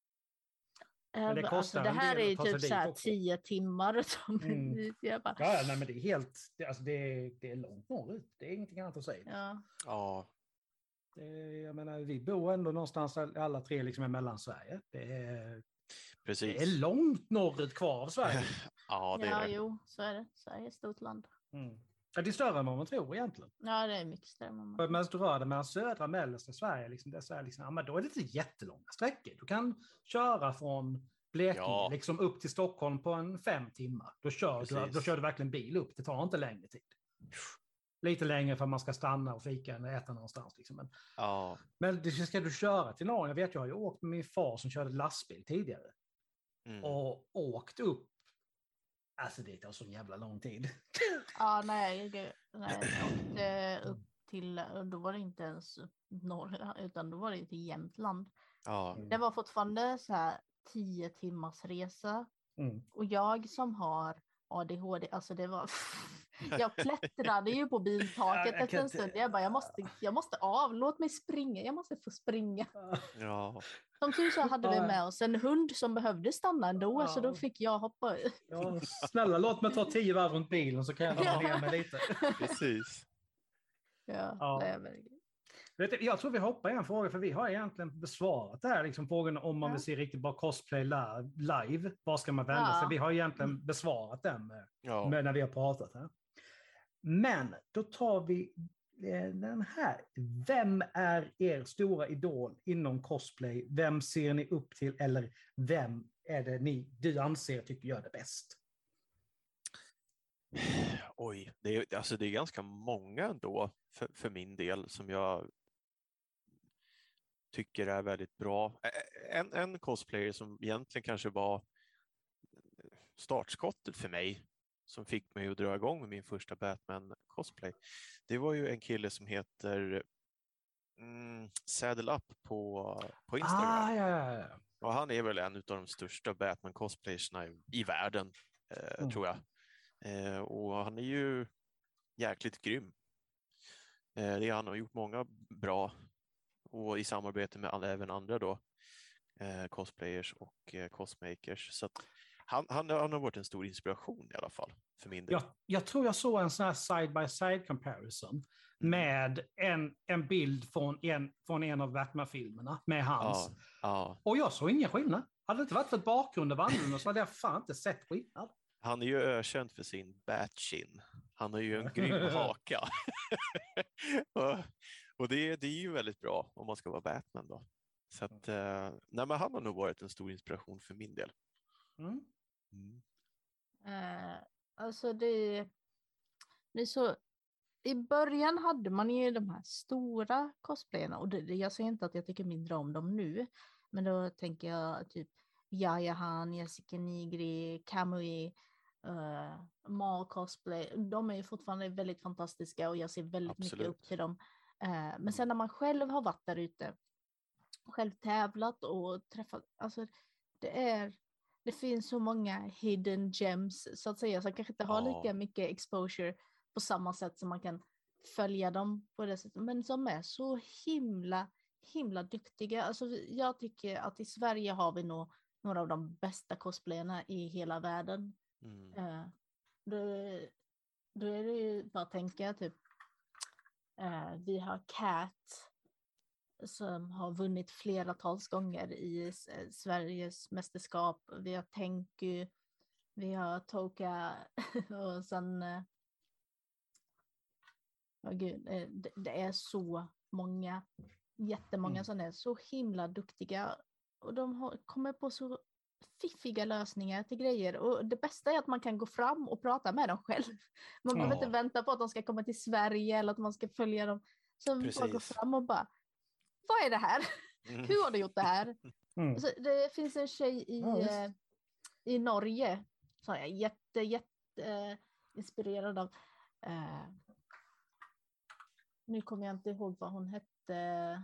Men det kostar alltså, det en här del är att ju ta sig typ dit så här också. 10 timmar. Som jag bara, Ja, nej, men det är helt... Det är långt norrut. Det är ingenting annat att säga. ja. Ja. Jag menar, vi bor ändå någonstans alla tre liksom i Mellansverige. Det är Precis. långt norrut kvar av Sverige. Ja, det är det. Jo, så är det. Sverige är ett stort land. Ja, det är större än vad man tror egentligen. Ja, det är mycket större. Men du rör det mellan södra och mellersta Sverige, liksom, det är så här, liksom, ja, men då är det inte jättelånga sträckor. Du kan köra från Blekinge liksom upp till Stockholm på 5 timmar. Då kör du verkligen bil upp, det tar inte längre tid. Lite längre för att man ska stanna och fika eller äta någonstans. Liksom. Men det ska du köra till Norge. Jag har ju åkt med min far som körde lastbil tidigare. Och åkt upp. Alltså det tar så jävla lång tid. Ja, nej, jag åkte upp till, då var det inte ens norr, utan då var det till Jämtland. Ja. Det var fortfarande så här 10 timmars resa. Och jag som har ADHD, alltså det var... Jag klättrade ju på biltaket efter en stund. Jag bara, jag måste låt mig springa. Jag måste få springa. Ja. Som tur så hade vi med oss en hund som behövde stanna ändå, så då fick jag hoppa. Ja, snälla, låt mig ta 10 varv runt bilen så kan jag dra ner mig lite. Precis. Ja. Jag tror vi hoppar i en fråga, för vi har egentligen besvarat det här, liksom, frågan om man vill se riktigt bra cosplay live. Var ska man vända sig? Vi har egentligen besvarat den med när vi har pratat här. Men då tar vi den här. Vem är er stora idol inom cosplay? Vem ser ni upp till, eller vem är det du anser tycker gör det bäst? Oj, det är ganska många ändå för min del som jag tycker är väldigt bra. En cosplayer som egentligen kanske var startskottet för mig, som fick mig att dra igång med min första Batman-cosplay, det var ju en kille som heter Saddle Up på Instagram. Ja. Och han är väl en av de största Batman-cosplayerna i världen, tror jag. Och han är ju jäkligt grym. Han har gjort många bra, och i samarbete med även andra då, cosplayers och cosmakers. Så att han har varit en stor inspiration i alla fall för min del. Jag tror jag såg en sån här side-by-side comparison med en bild från en av Batman-filmerna med hans. Ja. Och jag såg ingen skillnad. Hade det inte varit för ett bakgrund av annorlunda så hade jag fan inte sett skillnad. Han är ju ökänd för sin Batchin. Han har ju en grym haka. Och det är ju väldigt bra om man ska vara Batman då. Så att, men han har nog varit en stor inspiration för min del. Alltså det är så, i början hade man ju de här stora cosplayerna, och jag säger inte att jag tycker mindre om dem nu, men då tänker jag typ Yaya Han, Jessica Nigri, Kamui, Mal cosplay. De är ju fortfarande väldigt fantastiska och jag ser väldigt mycket upp till dem. Men sen när man själv har varit där ute, själv tävlat och träffat, alltså det finns så många hidden gems så att säga, som kanske inte har lika mycket exposure på samma sätt som man kan följa dem på det sättet, men som är så himla duktiga. Alltså jag tycker att i Sverige har vi nog några av de bästa cosplayerna i hela världen. Då är det ju bara att tänka typ vi har Cat som har vunnit fleratals gånger i Sveriges mästerskap. Vi har Tenku, vi har Toka och sen det är så många, jättemånga som är så himla duktiga, och de kommer på så fiffiga lösningar till grejer, och det bästa är att man kan gå fram och prata med dem själv. Man behöver inte vänta på att de ska komma till Sverige eller att man ska följa dem. Så man bara går fram och bara, vad är det här? Hur har du gjort det här? Så det finns en tjej i Norge som jag är jätte inspirerad av. Nu kommer jag inte ihåg vad hon hette.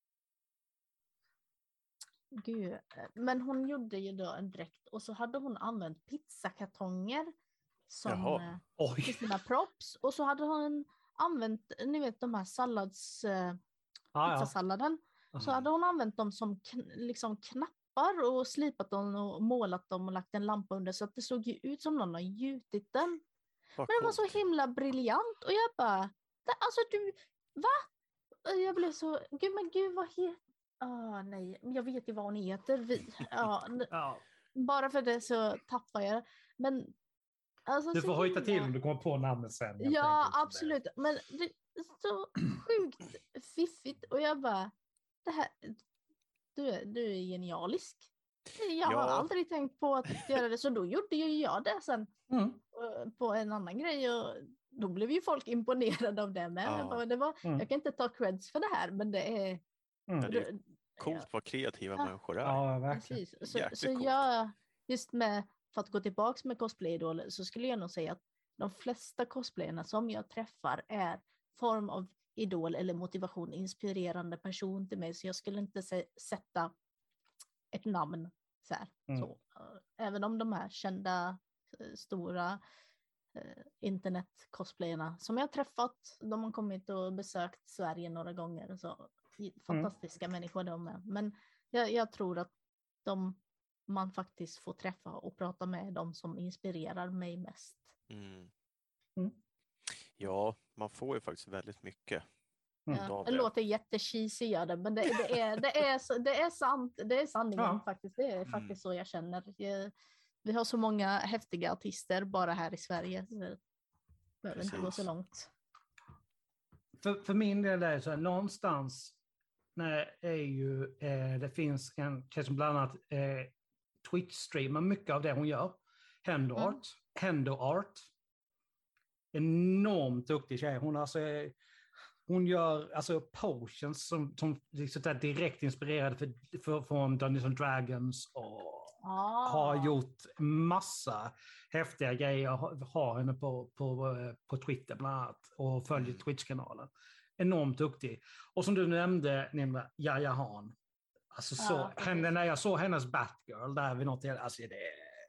Gud. Men hon gjorde ju då en dräkt och så hade hon använt pizzakartonger som Jaha. till sina props. Och så hade hon använt, ni vet de här pizzasalladen. Så hade hon använt dem som liksom knappar och slipat dem och målat dem och lagt en lampa under så att det såg ju ut som någon har gjutit den. Men det var så himla briljant och jag bara, alltså du, va? Jag blev så, gud vad heter, nej, jag vet ju vad hon heter. Bara för det så tappar jag. Men alltså, du får hojta till om du kommer på namnet sen. Ja, absolut. Men det är så sjukt fiffigt och jag bara, det här, du är genialisk. Jag har aldrig tänkt på att göra det, så då gjorde ju jag det sen på en annan grej och då blev ju folk imponerade av det med. Jag kan inte ta creds för det här, men det är coolt vad kreativa människor är. Ja, verkligen. Precis. Så jag, just med, för att gå tillbaka med Cosplay Idol, så skulle jag nog säga att de flesta cosplayerna som jag träffar är form av idol eller motivation, inspirerande person till mig, så jag skulle inte sätta ett namn så här. Så, även om de här kända stora internet-cosplayerna som jag har träffat, de har kommit och besökt Sverige några gånger, så fantastiska människor de är. Men jag tror att man faktiskt får träffa och prata med de som inspirerar mig mest. Ja, man får ju faktiskt väldigt mycket. Det låter jättecheesy, men det är sant. Det är sanningen faktiskt. Det är faktiskt så jag känner. Vi har så många häftiga artister bara här i Sverige. Så det behöver inte gå så långt. För min del är det så här, någonstans är ju, det finns en tjej som bland annat Twitch-streamar mycket av det hon gör. Hendo Art. Enormt duktig tjej. Hon gör alltså potions som liksom där direkt inspirerade från Dungeons and Dragons och har gjort massa häftiga grejer. Har henne på Twitter bland annat och följer Twitch-kanalen. Enormt duktig. Och som du nämnde, Jaja Han. Alltså när jag såg hennes Batgirl där vid något, alltså det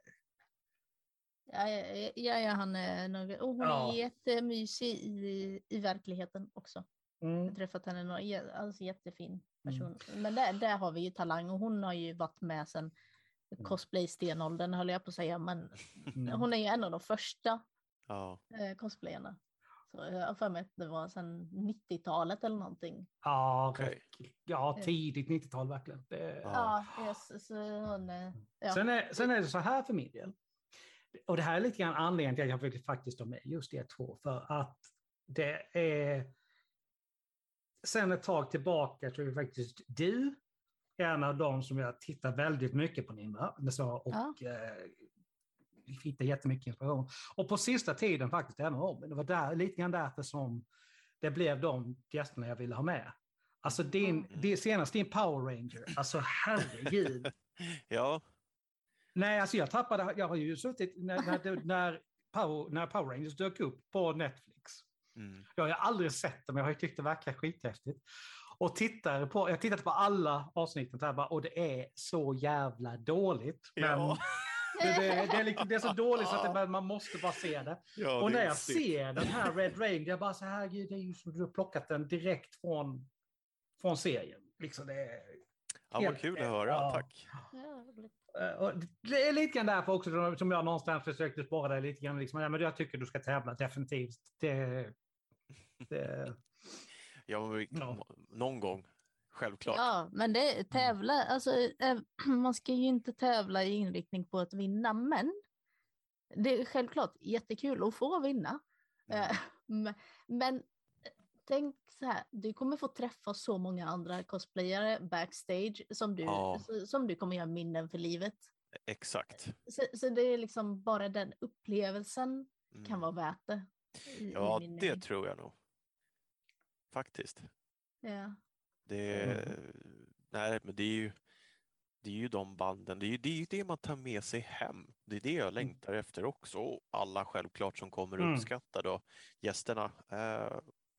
han är något, och hon är jättemysig i verkligheten också. Jag har träffat henne, alltså jättefin person. Men där har vi ju talang och hon har ju varit med sen cosplay-stenåldern, höll jag på att säga, men hon är ju en av de första cosplayerna. Så jag har för mig att det var sen 90-talet eller någonting. Tidigt 90-tal verkligen. Så hon, Sen är det så här för min del. Och det här är lite grann anledningen till att jag fick faktiskt ha med just det två. För att det är sen ett tag tillbaka tror jag faktiskt du är en av dem som jag tittar väldigt mycket på Ninja. Och hittade jättemycket inspiration. Och på sista tiden faktiskt även om. Det var lite grann därför som det blev de gästerna jag ville ha med. Alltså senast din Power Ranger. Alltså herregud. Nej, alltså jag har ju suttit när Power Rangers dök upp på Netflix. Jag har aldrig sett dem, jag har ju tyckt det verkar skithäftigt. Och jag tittade på alla avsnitten där och det är så jävla dåligt. Men det är så dåligt så att man måste bara se det. Och när jag ser den här Red Ranger, jag bara så här, gud, det är ju som du har plockat den direkt från serien. Liksom det är vad kul att höra, tack. Och det är lite grann därför också som jag någonstans försökte spara dig lite grann. Liksom, men jag tycker du ska tävla definitivt. Någon gång, självklart. Ja, men det tävla, alltså man ska ju inte tävla i inriktning på att vinna, men det är självklart jättekul att få vinna. Men tänk så här, du kommer få träffa så många andra cosplayare backstage som du kommer göra minnen för livet. Exakt. Så det är liksom bara den upplevelsen kan vara värt det. Det tror jag nog. Faktiskt. Ja. Nej, men det är ju de banden. Det är ju det man tar med sig hem. Det är det jag längtar efter också. Och alla självklart som kommer uppskatta då gästerna.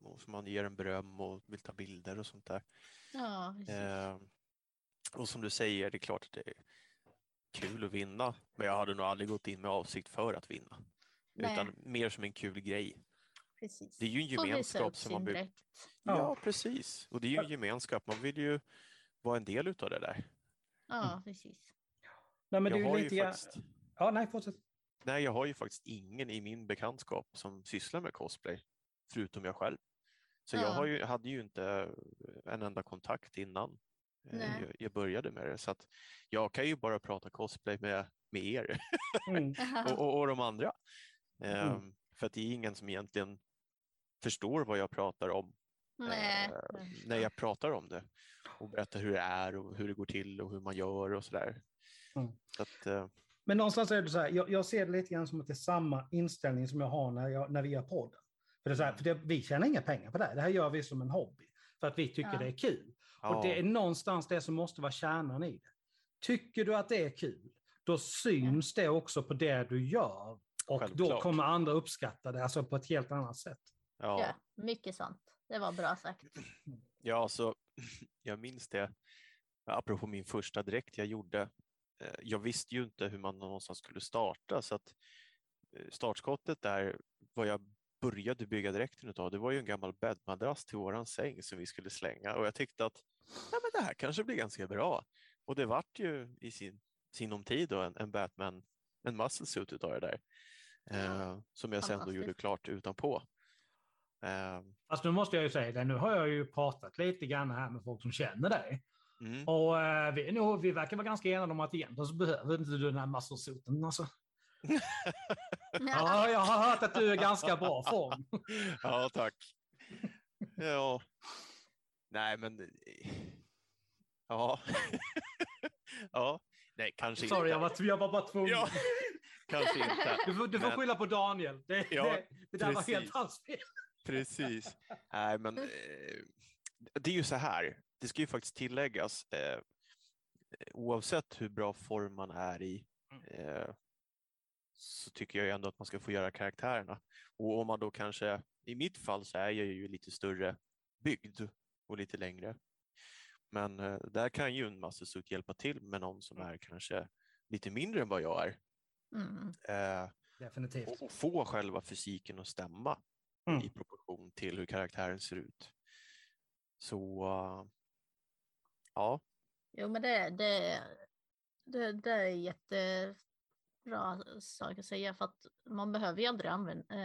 och som man ger en beröm och vill ta bilder och sånt där. Ja, precis. Och som du säger, det är klart att det är kul att vinna, men jag hade nog aldrig gått in med avsikt för att vinna. Nej. Utan mer som en kul grej. Precis. Det är ju en Får visa gemenskap upp som sin man blir... dräkt. Ja, precis. Och det är ju en gemenskap. Man vill ju vara en del utav det där. Ja, precis. Nej, men Jag det är har ju ju lite... faktiskt... Ja, nej, fortsätt. Nej, jag har ju faktiskt ingen i min bekantskap som sysslar med cosplay, förutom jag själv. Så Ja. hade ju inte en enda kontakt innan Nej. jag började med det. Så att jag kan ju bara prata cosplay med er Mm. och de andra. För att det är ingen som egentligen förstår vad jag pratar om Nej. när jag pratar om det. Och berättar hur det är och hur det går till och hur man gör och sådär. Mm. Så att, Men någonstans är det så här, jag ser det lite grann som att det är samma inställning som jag har när vi gör podden. För, det är så här, vi tjänar inga pengar på det här. Det här gör vi som en hobby. För att vi tycker det är kul. Och det är någonstans det som måste vara kärnan i det. Tycker du att det är kul, då syns det också på det du gör. Och Självklart. då kommer andra uppskatta det, alltså på ett helt annat sätt. Ja, mycket sant. Det var bra sagt. Ja, så jag minns det. Apropå min första dräkt jag gjorde. Jag visste ju inte hur man någonstans skulle starta, så att startskottet där, vad jag började bygga dräkten utav, det var ju en gammal bäddmadrass till våran säng som vi skulle slänga, och jag tyckte att men det här kanske blir ganska bra, och det vart ju i sinom tid då en Batman, en muscle suit utav det där, som jag sen då gjorde klart utanpå. Alltså nu måste jag ju säga det, nu har jag ju pratat lite grann här med folk som känner dig. Och vi verkar vara ganska enade om att egentligen så behöver inte du den här massorsoten alltså. Ja, jag har hört att du är ganska bra form. Ja, tack. Ja. Nej, men... Ja. Ja. Nej, kanske Sorry, inte. jag var bara tvungen. Ja. Kanske inte. Du får skylla på Daniel. Det där var helt hans fel. Precis. Nej, men det är ju så här. Det ska ju faktiskt tilläggas. Oavsett hur bra form man är i så tycker jag ändå att man ska få göra karaktärerna. Och om man då kanske, i mitt fall så är jag ju lite större byggd och lite längre. Men där kan ju en massasut hjälpa till med någon som är kanske lite mindre än vad jag är. Definitivt. Och få själva fysiken att stämma i proportion till hur karaktären ser ut. Så ja. Jo, men det är jättebra sak att säga, för att man behöver ju aldrig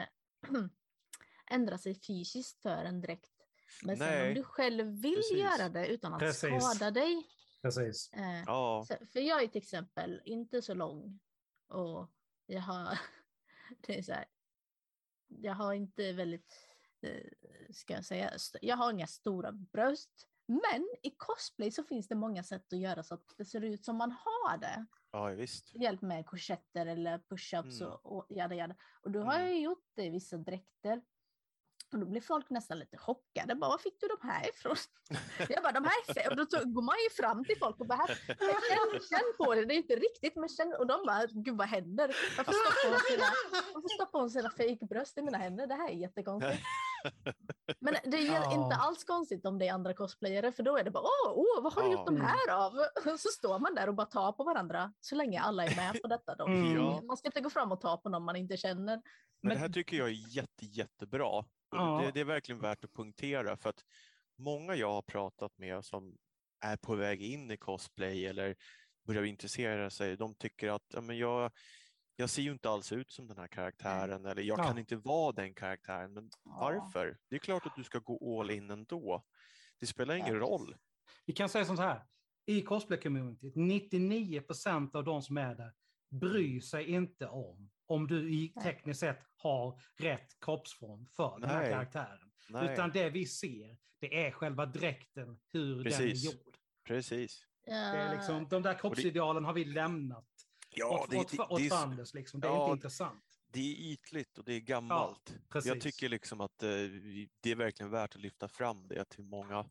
ändra sig fysiskt för en dräkt. Men sen om du själv vill göra det utan att skada dig. Precis. För jag är till exempel inte så lång och jag har det är så här, jag har inte väldigt ska jag säga, jag har inga stora bröst, men i cosplay så finns det många sätt att göra så att det ser ut som man har det. Ja, visst. Hjälp med korsetter eller push-ups och jada. Och då har jag ju gjort det i vissa dräkter. Och då blir folk nästan lite chockade. Bara, var fick du de här ifrån? Jag bara, de här. Och då går man ju fram till folk och bara, känn på det. Det är inte riktigt, men känn. Och de bara, gud vad händer? Varför stoppar hon sina fejkbröst i mina händer? Det här är jättekonstigt. Men det är inte alls konstigt om det är andra cosplayare, för då är det bara, vad har du gjort de här av? Så står man där och bara tar på varandra, så länge alla är med på detta. Då. Man ska inte gå fram och ta på någon man inte känner. Men det här tycker jag är jättebra. Det är verkligen värt att punktera, för att många jag har pratat med som är på väg in i cosplay eller börjar intressera sig, de tycker att jag ser ju inte alls ut som den här karaktären, eller jag kan inte vara den karaktären, men varför? Det är klart att du ska gå all in ändå. Det spelar ingen roll. Vi kan säga så här, i cosplay-communityt, 99% av de som är där bryr sig inte om du tekniskt sett har rätt kroppsform för den här karaktären. Nej. Utan det vi ser, det är själva dräkten, hur den är gjord. Precis. Det är liksom, de där kroppsidealen har vi lämnat. Åt fanders, liksom. Det är inte intressant. Det är ytligt och det är gammalt. Jag tycker liksom att det är verkligen värt att lyfta fram det till många.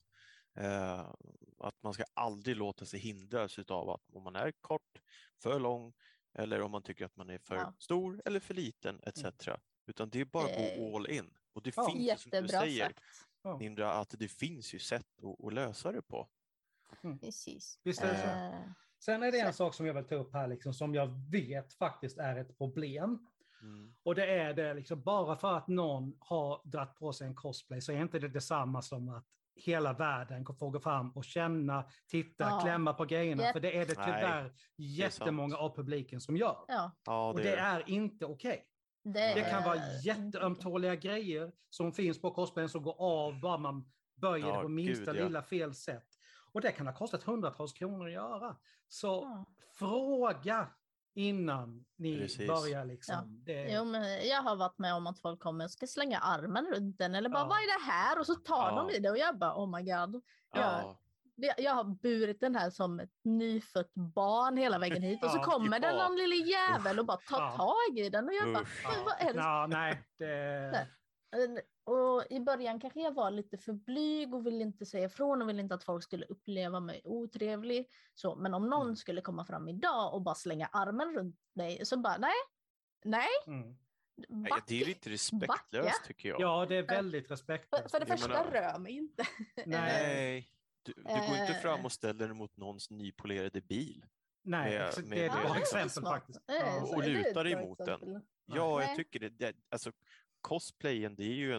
Att man ska aldrig låta sig hindras av att om man är kort, för lång, eller om man tycker att man är för stor eller för liten etc. Utan det är bara att gå all in. Och det Ja. finns ju, som du Jättebra säger, sagt. Nindra, att det finns ju sätt att lösa det på. Precis. Visst är det så. Sen är det en sak som jag vill ta upp här, liksom, som jag vet faktiskt är ett problem. Och det är det, liksom, bara för att någon har dratt på sig en cosplay så är inte det detsamma som att hela världen får gå fram och känna, titta, klämma på grejerna. För det är det tyvärr jättemånga av publiken som gör. Ja, och det är inte okej. Det kan vara jätteömtåliga grejer som finns på cosplayen som går av bara man böjer det på minsta lilla fel sätt. Och det kan ha kostat hundratals kronor att göra. Så fråga innan ni börjar liksom. Jo, men jag har varit med om att folk kommer och ska slänga armen runt den eller bara, vad är det här? Och så tar de i det och jag bara, oh my god. Jag har burit den här som ett nyfött barn hela vägen hit och så kommer den någon lille jävel och bara tar tag i den och jag bara, vad är det? Nej, det... Och i början kanske jag var lite för blyg och ville inte säga ifrån och ville inte att folk skulle uppleva mig otrevlig. Så, men om någon skulle komma fram idag och bara slänga armen runt mig så bara, nej. Det är lite respektlöst tycker jag. Ja, det är väldigt respektlöst. För det första rör mig inte. Nej, du går inte fram och ställer dig mot någons nypolerade bil. Nej, det är ett bra exempel faktiskt. Och lutar dig mot den. Ja, jag tycker det. Alltså, cosplayen, det är ju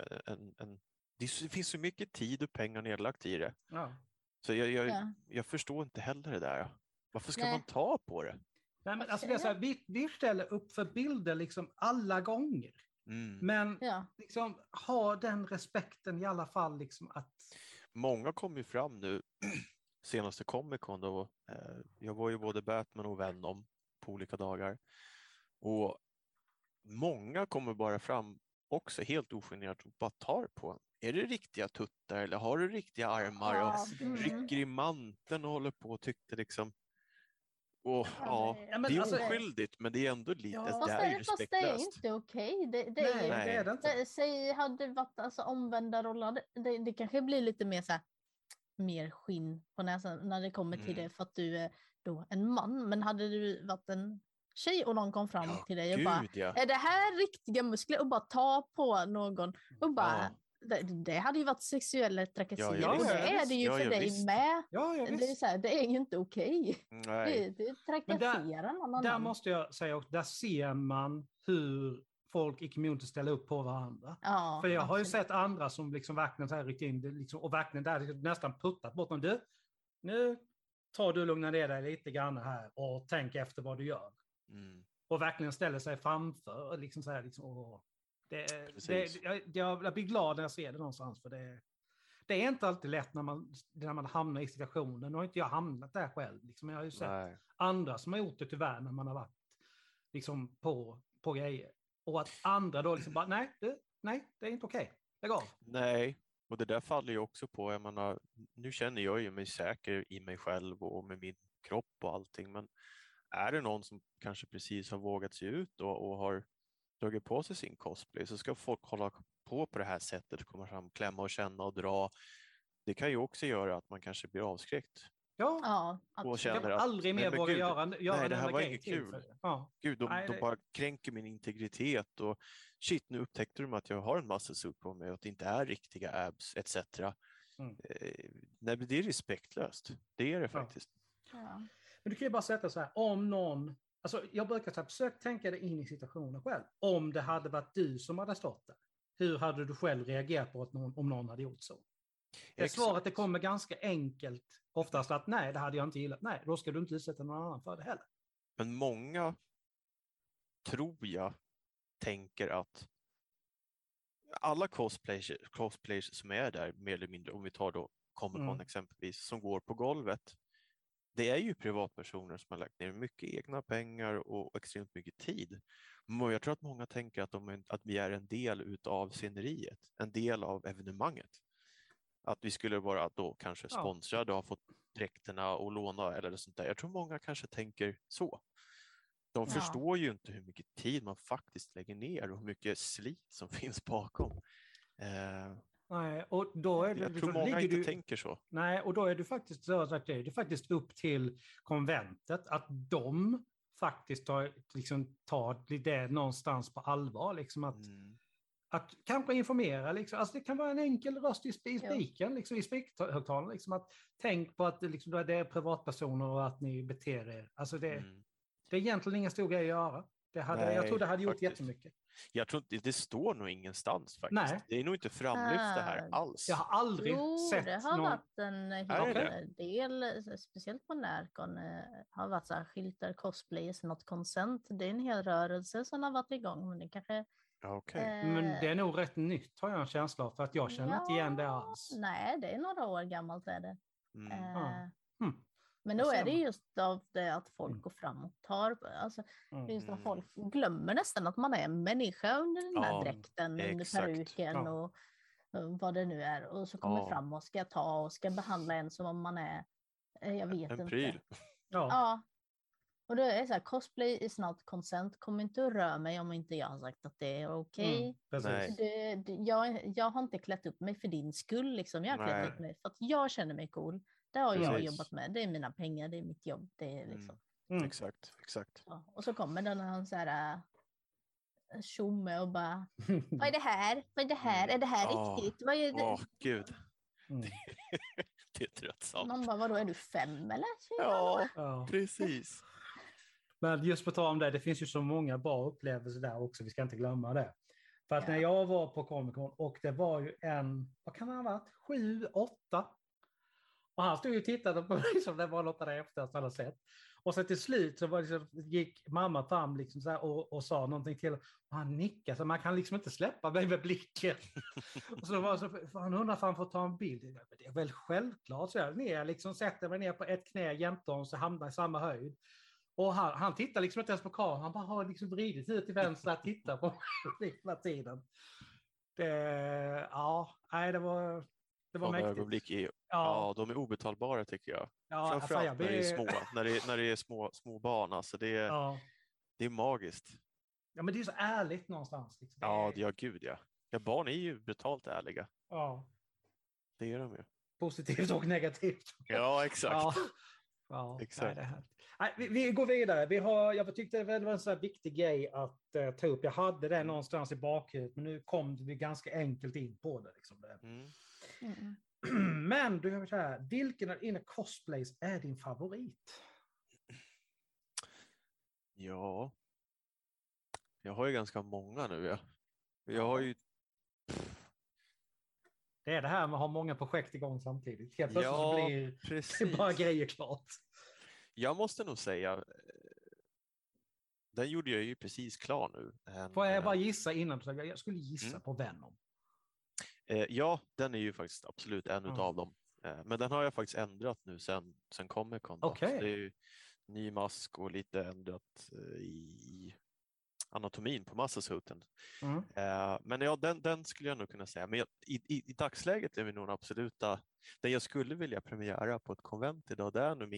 det finns så mycket tid och pengar nedlagt i det. Så jag förstår inte heller det där. Varför ska man ta på det? Nej, men alltså det är så här, vi ställer upp för bilder liksom alla gånger. Men liksom, ha den respekten i alla fall. Liksom, att... Många kom ju fram nu, senaste Comic Con då. Jag var ju både Batman och Venom på olika dagar. Och många kommer bara fram också helt ogenerat och bara tar på en. Är det riktiga tuttar eller har du riktiga armar och rycker i manteln och håller på och tyckte liksom det är oskyldigt men det är ändå lite det är ju respektlöst. Fast det är inte okej. Det är det inte. Säg hade det varit alltså, omvända roller, det kanske blir lite mer så här, mer skinn på näsan när det kommer till det för att du är då en man, men hade du varit en tjej och någon kom fram till dig och bara, är det här riktiga muskler? Och bara ta på någon och bara, det hade ju varit sexuella trakasserier och det är det ju för dig med. Det är så här, det är ju inte okej. Det trakasserar någon annan. Där måste jag säga, och där ser man hur folk i community ställer upp på varandra. För jag har ju sett andra som liksom verkligen så här ryckt in liksom, och verkligen där nästan puttat bort dem. Nu tar du lugna ner dig lite grann här och tänk efter vad du gör. Och verkligen ställer sig framför. Liksom så här, liksom, jag blir glad när jag ser det någonstans. För det är inte alltid lätt när man hamnar i situationen. Nu har inte jag hamnat där själv. Liksom, jag har ju sett andra som har gjort det tyvärr när man har varit liksom, på grejer. Och att andra då liksom bara, nej, det är inte okej. Lägg av. Nej, och det där faller ju också på, jag menar, nu känner jag ju mig säker i mig själv och med min kropp och allting, men är det någon som kanske precis har vågat sig ut och har dragit på sig sin cosplay så ska folk hålla på det här sättet, komma fram, klämma och känna och dra. Det kan ju också göra att man kanske blir avskräckt. Och känner att aldrig mer våga göra nej, det här var inget kul. Gud, de bara kränker min integritet och shit, nu upptäckte de att jag har en massa suit på mig och att det inte är riktiga abs etc. Nej, det är respektlöst. Det är det faktiskt. Men du kan ju bara sätta så här, om någon, alltså jag brukar säga, försök tänka dig in i situationen själv. Om det hade varit du som hade stått där, hur hade du själv reagerat på att om någon hade gjort så? Det svaret det kommer ganska enkelt, oftast att nej, det hade jag inte gillat. Nej, då ska du inte utsätta någon annan för det heller. Men många, tror jag, tänker att alla cosplayers som är där, mer eller mindre, om vi tar då Comic-Con exempelvis, som går på golvet, det är ju privatpersoner som har lagt ner mycket egna pengar och extremt mycket tid. Jag tror att många tänker att vi är en del av sceneriet, en del av evenemanget. Att vi skulle vara då kanske sponsrade och ha fått dräkterna och låna eller sånt där. Jag tror många kanske tänker så. De förstår ju inte hur mycket tid man faktiskt lägger ner och hur mycket slit som finns bakom. Nej, och då är det, jag tror många inte tänker så. Nej, och då är det faktiskt så att det är faktiskt upp till konventet att de faktiskt tar det någonstans på allvar. Liksom att kanske informera, liksom. Alltså det kan vara en enkel röst i spiken, liksom, i spikhögtalaren. Liksom, att tänk på att liksom, det är privatpersoner och att ni beter er. Alltså det är egentligen ingen stor grej att göra. Jag tror det hade gjort jättemycket. Jag tror inte, det står nog ingenstans faktiskt. Nej. Det är nog inte framlyft det här alls. Jag har aldrig sett det har någon... varit en hel del, speciellt på Närcon, har varit så här skyltar, cosplay is not consent. Det är en hel rörelse som har varit igång, men det kanske... Men det är nog rätt nytt, har jag en känsla av, för att jag känner inte igen det alls. Nej, det är några år gammalt är det. Men Det då är ser det man. just av det att folk går fram och tar, alltså just att folk glömmer nästan att man är en människa under den här dräkten, under peruken och vad det nu är, och så kommer fram och ska ta och ska behandla en som om man är, jag vet en inte. pryl. Ja. Och det är så här, cosplay is not consent, kommer inte att röra mig om inte jag har sagt att det är okej. Jag har inte klätt upp mig för din skull, liksom. Jag har klätt upp mig för att jag känner mig cool. Det har jag jobbat med, det är mina pengar, det är mitt jobb. Det är liksom. Exakt. Ja. Och så kommer den någon så här tjomme och bara, vad är det här? Vad är det här? Är det här riktigt? Vad är det? Gud. Det är tröttsamt. Man bara, vadå, är du 5 eller? Ja, precis. Men just på tal om det finns ju så många bra upplevelser där också, vi ska inte glömma det. För att när jag var på Comic Con, och det var ju vad kan det ha varit? 7, 8. Och han stod ju och tittade på liksom, det var något där efter att han hade sett. Och så till slut så gick mamma fram liksom så här och sa någonting till, och han nickade, så man kan liksom inte släppa mig med blicken. Och så var så, han undrar om han får ta en bild. Det är väl självklart, så jag ner, liksom, sätter mig ner på ett knä jämte honom, så hamnar i samma höjd. Och han tittar liksom inte ens på kameran, han bara har liksom vridit ut till vänster att titta på mig hela tiden. Det var mäktigt. Ögonblick är, de är obetalbara tycker jag. Ja, framförallt när det är små, när det är små barn, alltså det är magiskt. Ja, men det är så ärligt någonstans. Liksom. Gud ja. Ja, barn är ju brutalt ärliga. Ja. Det är de ju. Positivt och negativt. Ja, exakt. Exakt. Nej, vi går vidare. Jag tyckte det var en sån här viktig grej att ta upp. Jag hade det någonstans i bakhuvudet, men nu kom vi ganska enkelt in på det. Liksom. Men du har så här, vilken av dina cosplays är din favorit? Ja, jag har ju ganska många nu. Jag har ju... Det är det här med att ha många projekt igång samtidigt. Helt plötsligt blir det bara grejer klart. Jag måste nog säga, den gjorde jag ju precis klar nu. Får jag bara gissa innan? Jag skulle gissa på Venom. Ja, den är ju faktiskt absolut en av dem. Men den har jag faktiskt ändrat nu sen Comic Con. Okay. Det är ju ny mask och lite ändrat i anatomin på massasuten. Men den skulle jag nog kunna säga. Men i dagsläget är vi nog absoluta. Det jag skulle vilja premiera på ett konvent idag, det är nog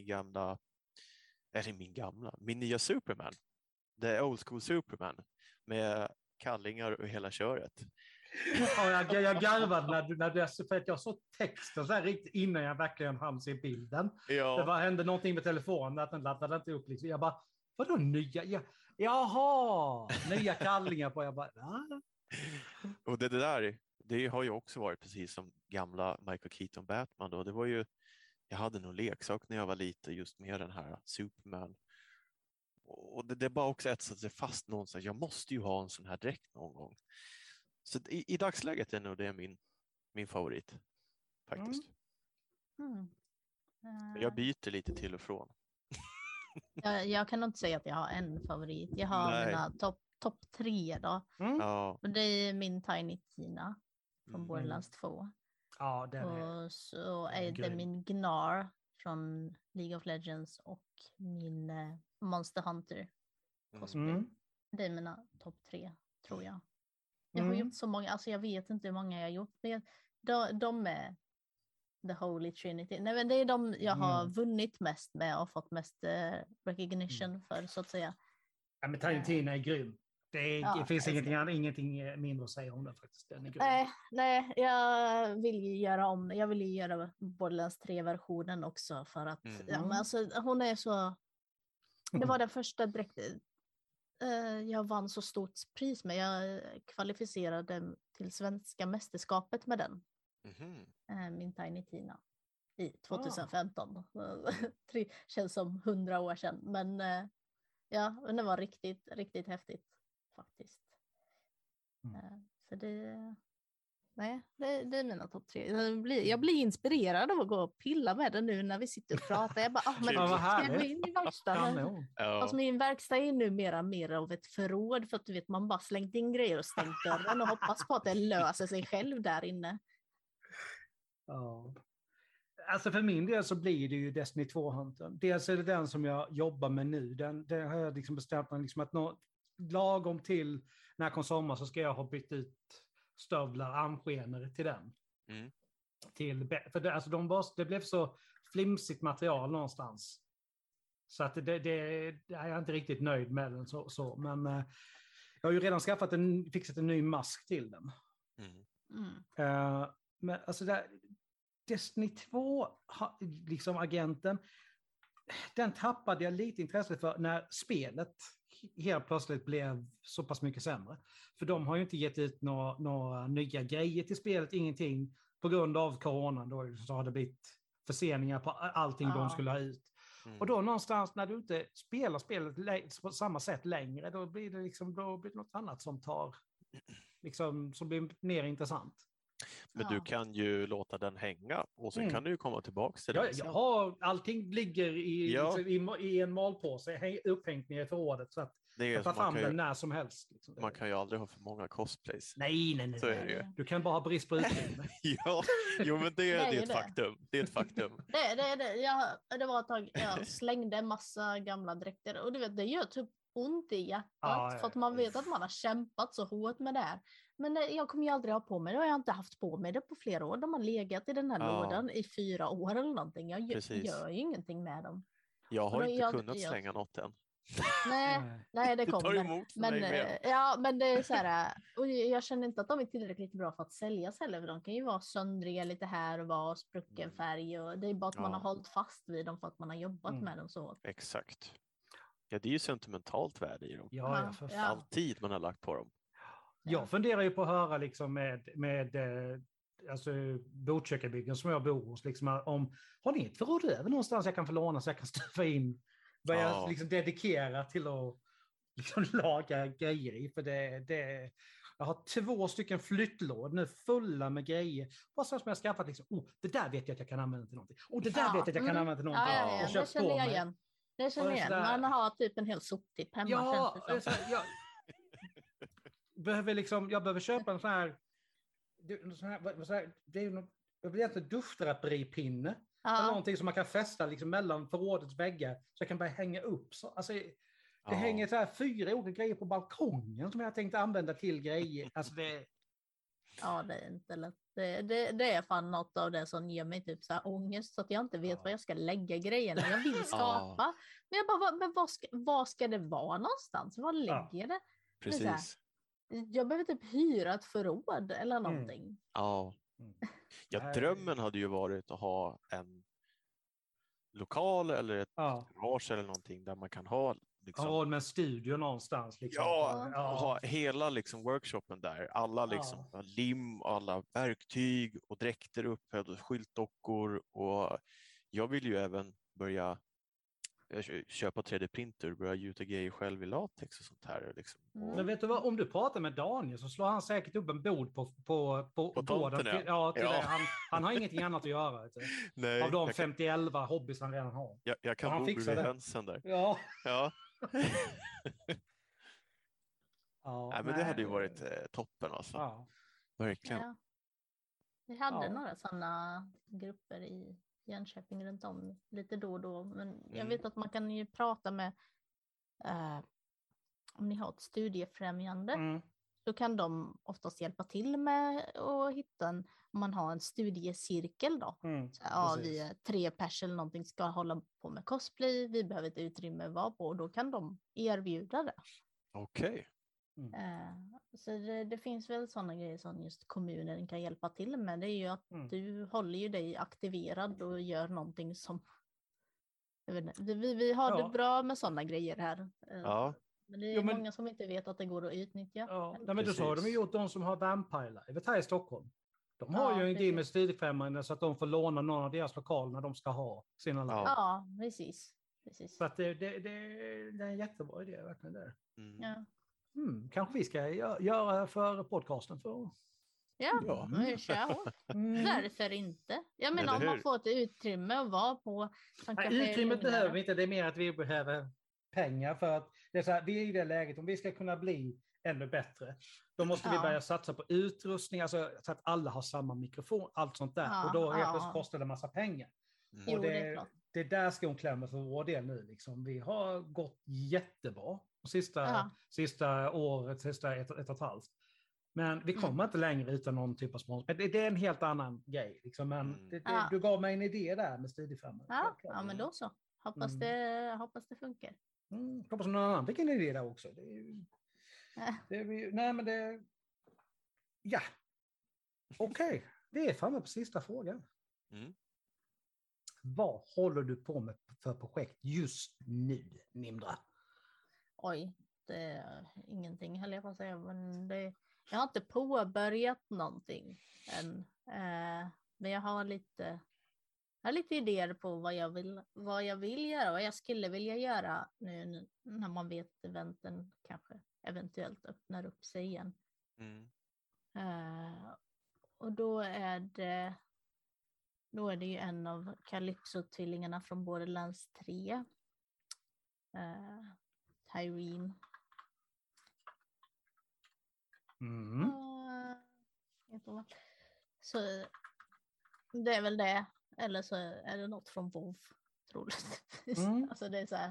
min nya Superman. Det är old school Superman med kallingar och hela köret. Jag garvade för att jag såg texten så här riktigt innan jag verkligen hann se bilden. Det hände någonting med telefonen, att den laddade inte upp. Liksom. Jag bara, vadå nya? Jaha, nya kallingar på. Jag bara, Och det har ju också varit precis som gamla Michael Keaton Batman då. Det var ju, jag hade någon leksak när jag var liten just med den här Superman. Och det är bara också etsat sig fast någonstans. Jag måste ju ha en sån här dräkt någon gång. Så i dagsläget är nog det min favorit faktiskt. Jag byter lite till och från. Jag kan nog inte säga att jag har en favorit. Jag har mina topp 3 då. Och det är min Tiny Tina från Borderlands 2. Ja, och så är det min Gnar från League of Legends och min Monster Hunter cosplay. Det är mina topp 3, tror jag. Jag har gjort så många, alltså jag vet inte hur många jag har gjort. Men de är The Holy Trinity. Nej, men det är de jag har vunnit mest med och fått mest recognition för, så att säga. Ja, men Tiny Tina är grym. Det finns ingenting mindre att säga om den faktiskt. Den är grym. Nej, jag vill ju göra Borderlands 3-versionen också för att men alltså, hon är så... Det var den första direkt... jag vann så stort pris, men jag kvalificerade till svenska mästerskapet med den. Mhm. Min Tiny Tina i 2015. Det känns som 100 år sedan. Men ja, det var riktigt, riktigt häftigt faktiskt. Så det är mina topp 3. Jag blir inspirerad av att gå och pilla med det nu när vi sitter och pratar. Jag bara, men Kul. ska jag gå in i verkstaden? Ja. Alltså min verkstad är numera mer av ett förråd för att du vet man bara slängt in grejer och stängt dörren och hoppas på att det löser sig själv där inne. Ja. Alltså för min del så blir det ju Destiny 2-hunten. Dels är det den som jag jobbar med nu. Den har jag liksom bestämt mig liksom att lagom till när jag kom sommar så ska jag ha bytt ut stövlar, armskenor till den. Mm. För det, alltså det blev så flimsigt material någonstans. Så att det är jag inte riktigt nöjd med den. Men jag har ju redan fixat en ny mask till den. Men alltså Destiny 2, liksom agenten, den tappade jag lite intresse för när spelet helt plötsligt blev så pass mycket sämre. För de har ju inte gett ut några nya grejer till spelet, ingenting. På grund av coronan då så har det blivit förseningar på allting de skulle ha ut. Och då någonstans när du inte spelar spelet på samma sätt längre, då blir det något annat som som blir mer intressant. Men du kan ju låta den hänga och sen kan du ju komma tillbaka till den. Allting ligger i en malpåse upphängt ner i förrådet så att jag tar fram den när som helst. Liksom. Man kan ju aldrig ha för många cosplays. Nej. Så är det ju. Du kan bara ha brist på utrymme. Jo, men det är ett faktum. Det är ett faktum. Det var ett tag jag slängde en massa gamla dräkter och du vet, det gör typ ont i hjärtat för att man vet att man har kämpat så hårt med det här. Men jag kommer ju aldrig ha på mig det och jag har inte haft på mig det på flera år. De har legat i den här lådan i 4 år eller någonting. Jag gör ju ingenting med dem. Jag har inte kunnat slänga något än. Nej, det kommer. Det tar emot men men det är så här, och jag känner inte att de är tillräckligt bra för att säljas heller, för de kan ju vara söndriga lite här och vara sprucken färg och det är bara att man har hållit fast vid dem för att man har jobbat med dem så. Exakt. Ja, det är ju sentimentalt värde i dem. Alltid man har lagt på dem. Jag funderar ju på att höra liksom med alltså botkyrkabyggen som jag bor hos. Liksom, har ni ett förråd över någonstans jag kan få låna så jag kan stuva in? Börja liksom dedikera till att liksom laga grejer i. För jag har 2 stycken flyttlåd nu fulla med grejer. Bara så som jag har skaffat liksom, det där vet jag att jag kan använda till någonting. Och det där vet jag att jag kan använda till någonting. Det känner jag igen. Det känner jag igen. Man har typ en hel soptipp hemma. Jag behöver köpa en sån här jag vill egentligen duftdraperipinne. Eller någonting som man kan fästa liksom mellan förrådets väggar så jag kan börja hänga upp. Så, alltså, det hänger så här 4 olika grejer på balkongen som jag tänkte använda till grejer. Alltså Ja, det är inte lätt. Det är fan något av det som ger mig typ så här ångest så att jag inte vet var jag ska lägga grejerna. Jag vill skapa. Men jag bara, var ska det vara någonstans? Var lägger det? Precis. Jag behöver typ hyra ett förråd eller någonting. Ja, drömmen hade ju varit att ha en lokal eller ett garage eller någonting där man kan ha liksom, med en studio någonstans. Liksom. Ha hela liksom workshopen där. Alla liksom lim, alla verktyg och dräkter upphävda, skyltdockor och jag vill ju även börja köpa 3D-printer och börja gjuta grejer själv i latex och sånt här. Liksom. Men vet du vad, om du pratar med Daniel så slår han säkert upp en bod på tomten. Han har ingenting annat att göra. Nej, av de 50-11 hobbys han redan har. Jag kan bo bredvid hönsen där. Ja. Nej, men det hade ju varit toppen alltså. Verkligen. Ja. Vi hade några sådana grupper i Jönköping runt om lite då och då. Men jag vet att man kan ju prata med om ni har ett studiefrämjande så kan de oftast hjälpa till med att hitta om man har en studiecirkel då. Så, vi är 3 pers eller någonting ska hålla på med cosplay, vi behöver ett utrymme att vara på och då kan de erbjuda det. Okej. Så det finns väl sådana grejer som just kommunen kan hjälpa till med. Det är ju att du håller ju dig aktiverad och gör någonting som jag vet inte, vi har det bra med sådana grejer här. Men det är Jo, men- många som inte vet att det går att utnyttja. Ja, Eller? nej, men då så har de Precis. ju gjort de som har Vampire Live här i Stockholm. De har Ja, ju en deal med precis. Studiefrämjande så att de får låna någon av deras lokaler när de ska ha sina live. Ja. Ja, precis. Precis. Så att det är en jättebra idé, verkligen det. Mm. Ja. Kanske vi ska göra för podcasten. För... Ja, Ja. men vi kör hårt. Varför inte? Jag menar, Eller om man hur? får ett utrymme att vara på. Som Nej, kanske är utrymmet lugnare. behöver vi inte, det är mer att vi behöver pengar för att det är så här, vi är i det läget, om vi ska kunna bli ännu bättre, då måste vi Ja. börja satsa på utrustning, alltså, så att alla har samma mikrofon, allt sånt där. Ja, Och då helt ja. plötsligt kostar det en massa pengar. Mm. Jo, Och det är klart. det är där skon klämmer för vår del nu. Liksom. Vi har gått jättebra de sista året, sista ett och ett halvt. Men vi kommer inte längre utan någon typ av sponsor. Men det är en helt annan grej. Liksom. Men Ja. du gav mig en idé där med Studiefrämjande. Ja, ja, men då så. Hoppas det funkar. Hoppas någon annan fick en idé där också. Det är ju, nej, men det... Ja. Okej, vi är framme på sista frågan. Mm. Vad håller du på med för projekt just nu, Nimra? Oj, det är ingenting höll jag på att säga. Men jag har inte påbörjat någonting än. Men jag har lite idéer på vad jag vill göra. Vad jag skulle vilja göra nu när man vet eventen kanske eventuellt öppnar upp sig igen. Mm. Och då är det ju en av Calypso-tvillingarna från Borderlands 3. Tyreen. Så det är väl det. Eller så är det något från WoW, troligtvis. Alltså det är så här.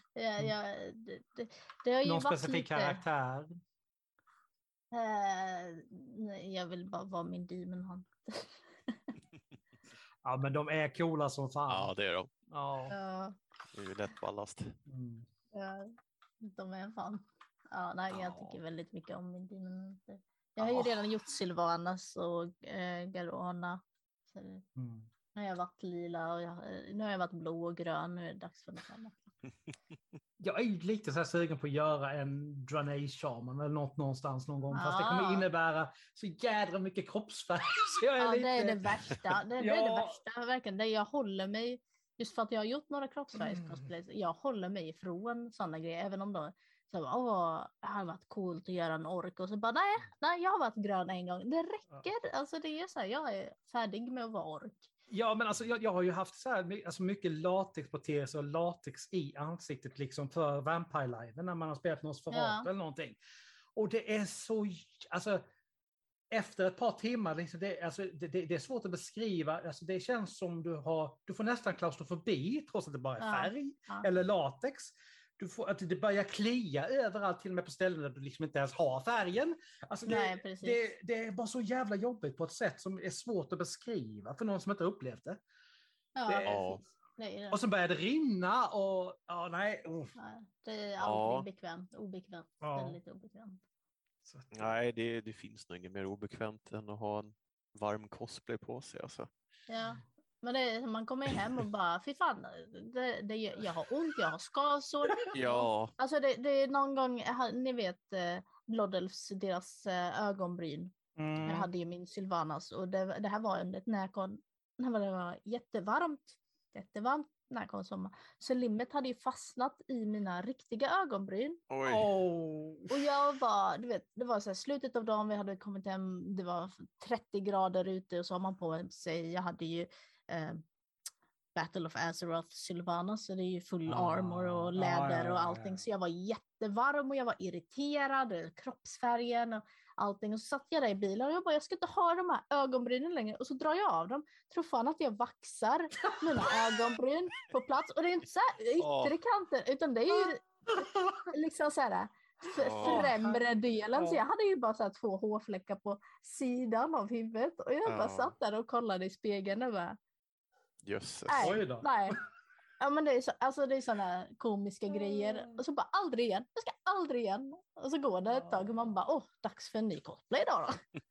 Det har ju Någon varit specifik lite... karaktär? Nej, jag vill bara vara min Demon Hunter. Ja, men de är coola som fan. Ja, det är de. Ja. Det är ju lätt ballast. Ja, de är fan. Ja, nej, jag tycker väldigt mycket om min Demon Hunter. Jag har ju redan gjort Sylvanas och Garona. Så nu har jag varit lila och nu har jag varit blå och grön. Nu är det dags för något annat. Jag är ju lite så här sugen på att göra en Draenei Shaman eller något någonstans någon gång. Fast det kommer innebära så jädra mycket kroppsfärg. Så jag är lite... det är det värsta. Det är det värsta, verkligen. Det jag håller mig, just för att jag har gjort några kroppsfärgscosplays, jag håller mig ifrån sådana grejer. Även om då så det har varit coolt att göra en ork och så bara nej, jag har varit grön en gång. Det räcker. Alltså det är så här, jag är färdig med att vara ork. Ja, men alltså jag har ju haft så här, alltså mycket latexproteser och latex i ansiktet liksom för Vampire Live när man har spelat Nosferatu eller någonting. Och det är så, alltså efter ett par timmar, liksom, det är svårt att beskriva. Alltså, det känns som du får nästan klaustrofobi trots att det bara är färg eller latex. Att det börjar klia överallt, till och med på ställen där du liksom inte ens har färgen. Alltså det är bara så jävla jobbigt på ett sätt som är svårt att beskriva för någon som inte har upplevt det. Och så börjar det rinna och nej. Det är aldrig obekvämt. Väldigt obekvämt. Nej, det finns nog inget mer obekvämt än att ha en varm cosplay på sig. Alltså. Ja. Men man kommer hem och bara, fy fan, jag har ont, jag har skavsår. Ja. Alltså det är någon gång, ni vet Blood-Elves, deras ögonbryn. Jag hade ju min Sylvanas och det här var under ett närkon, när det var jättevarmt närkonsommar. Så limmet hade ju fastnat i mina riktiga ögonbryn. Oj. Och jag var, du vet, det var så här, slutet av dagen, vi hade kommit hem, det var 30 grader ute och så har man på sig, jag hade ju Battle of Azeroth Sylvana, så det är ju full armor och läder och allting, så jag var jättevarm och jag var irriterad, kroppsfärgen och allting, och så satt jag där i bilen och jag bara, jag ska inte ha de här ögonbrynen längre, och så drar jag av dem, tror fan att jag vaxar mina ögonbryn på plats, och det är inte så här yttre kanten, utan det är ju liksom så här främre delen, så jag hade ju bara så här 2 hårfläckar på sidan av huvudet, och jag bara satt där och kollade i spegeln och bara Jösses. nej. Ja, men det är sådana komiska grejer, och så bara aldrig igen, jag ska aldrig igen, och så går det ett tag och man bara, dags för en ny cosplay då.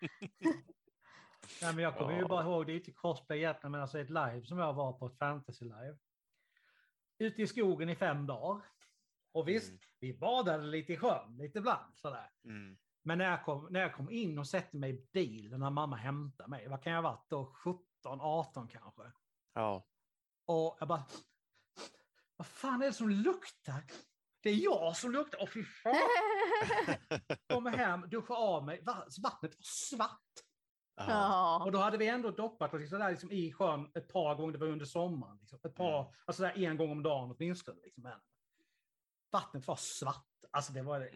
Nej, men jag kommer ju bara ihåg, det är inte cosplay egentligen, men alltså ett live som jag var på, ett fantasy live ute i skogen i 5 dagar. Och visst, vi badade lite i sjön, lite ibland sådär. Mm. Men när jag kom in och sätter mig i bilen när mamma hämtade mig, vad kan jag ha varit då? 17, 18 kanske. Ja. Och jag bara, vad fan är det som luktar? Det är jag som luktar. Åh fy fan. Kommer hem, duschar av mig. Vattnet var svart. Ja. Ja. Och då hade vi ändå doppat oss liksom i sjön ett par gånger. Det var under sommaren. Liksom. Alltså där en gång om dagen åtminstone. Liksom. Men vattnet var svart. Alltså det var det.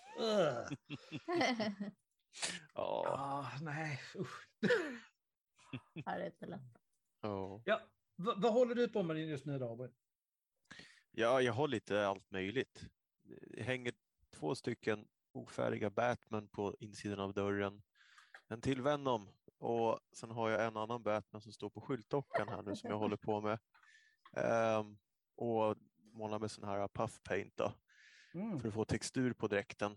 Ja. Nej, usch. Det är inte lätt. Ja. Ja, vad håller du på med just nu då? Ja, jag har lite allt möjligt. Det hänger 2 stycken ofärdiga Batman på insidan av dörren. En till Venom. Och sen har jag en annan Batman som står på skyltdockan här nu som jag håller på med. Och målar med sån här puff paint då. För att få textur på dräkten.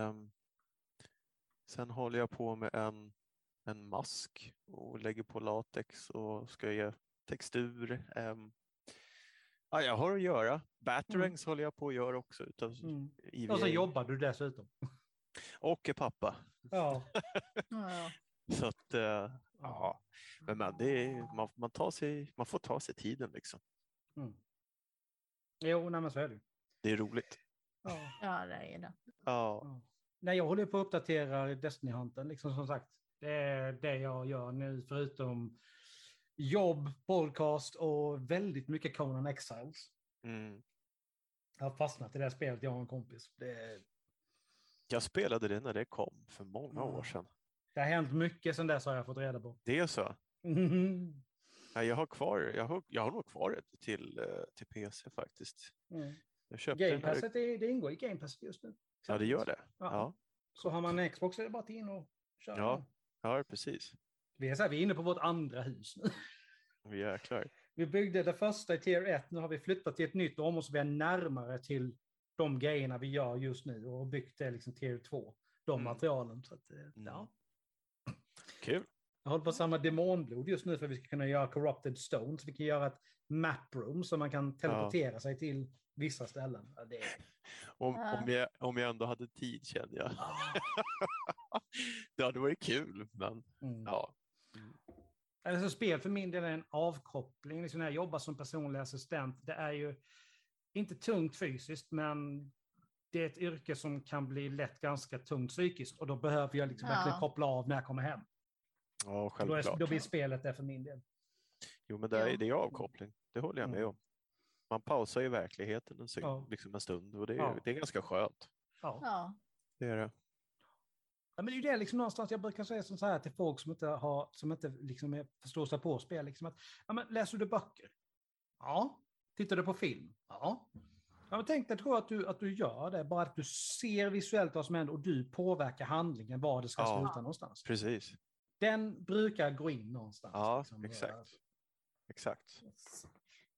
Sen håller jag på med en mask och lägger på latex och ska ge textur. Ja, jag har att göra. Batarangs håller jag på att göra också. EVA. Och så jobbar du dessutom. Och är pappa. Ja. Ja. Så att, ja. Men det är, man får ta sig tiden liksom. Jo, nej, men så är det. Det är roligt. Ja, det är det. Ja. Nej, jag håller på att uppdatera Destiny-hunten, liksom som sagt. Det är det jag gör nu, förutom jobb, podcast och väldigt mycket Conan Exiles. Jag har fastnat i det här spelet, jag och en kompis. Jag spelade det när det kom för många år sedan. Det har hänt mycket sedan dess har jag fått reda på. Det är så? Ja, jag har nog kvar det till PC faktiskt. Jag köpte Game Passet, det ingår i Game Pass just nu. Ja, det gör det. Ja. Så har man en Xbox så är det bara att in och köra. Ja, precis. Vi är inne på vårt andra hus nu. Jäklar. Vi byggde det första i tier 1, nu har vi flyttat till ett nytt område så vi är närmare till de grejerna vi gör just nu och byggt det liksom tier 2, de materialen. Så att, ja. Kul. Jag håller på att samla demonblod just nu för att vi ska kunna göra corrupted stone, så vi kan göra ett map room så man kan teleportera sig till vissa ställen. Ja, det är... om jag ändå hade tid kände jag. Det hade varit kul, men ja. Alltså, spel för min del är en avkoppling. Liksom när jag jobbar som personlig assistent, det är ju inte tungt fysiskt, men det är ett yrke som kan bli lätt ganska tungt psykiskt och då behöver jag liksom verkligen koppla av när jag kommer hem. Ja, självklart. Då blir spelet det för min del. Jo, men det är avkoppling. Det håller jag med om. Man pausar i verkligheten liksom en stund och det är ganska skönt. Ja. Det är det. Ja, men det är ju det liksom någonstans jag brukar säga som så här till folk som inte liksom förstår sig på spel. Liksom att, läser du böcker? Ja. Tittar du på film? Ja. Ja, men tänk dig att du gör det, bara att du ser visuellt vad som händer och du påverkar handlingen, var det ska sluta någonstans. Precis. Den brukar gå in någonstans. Ja, liksom. Exakt. Yes.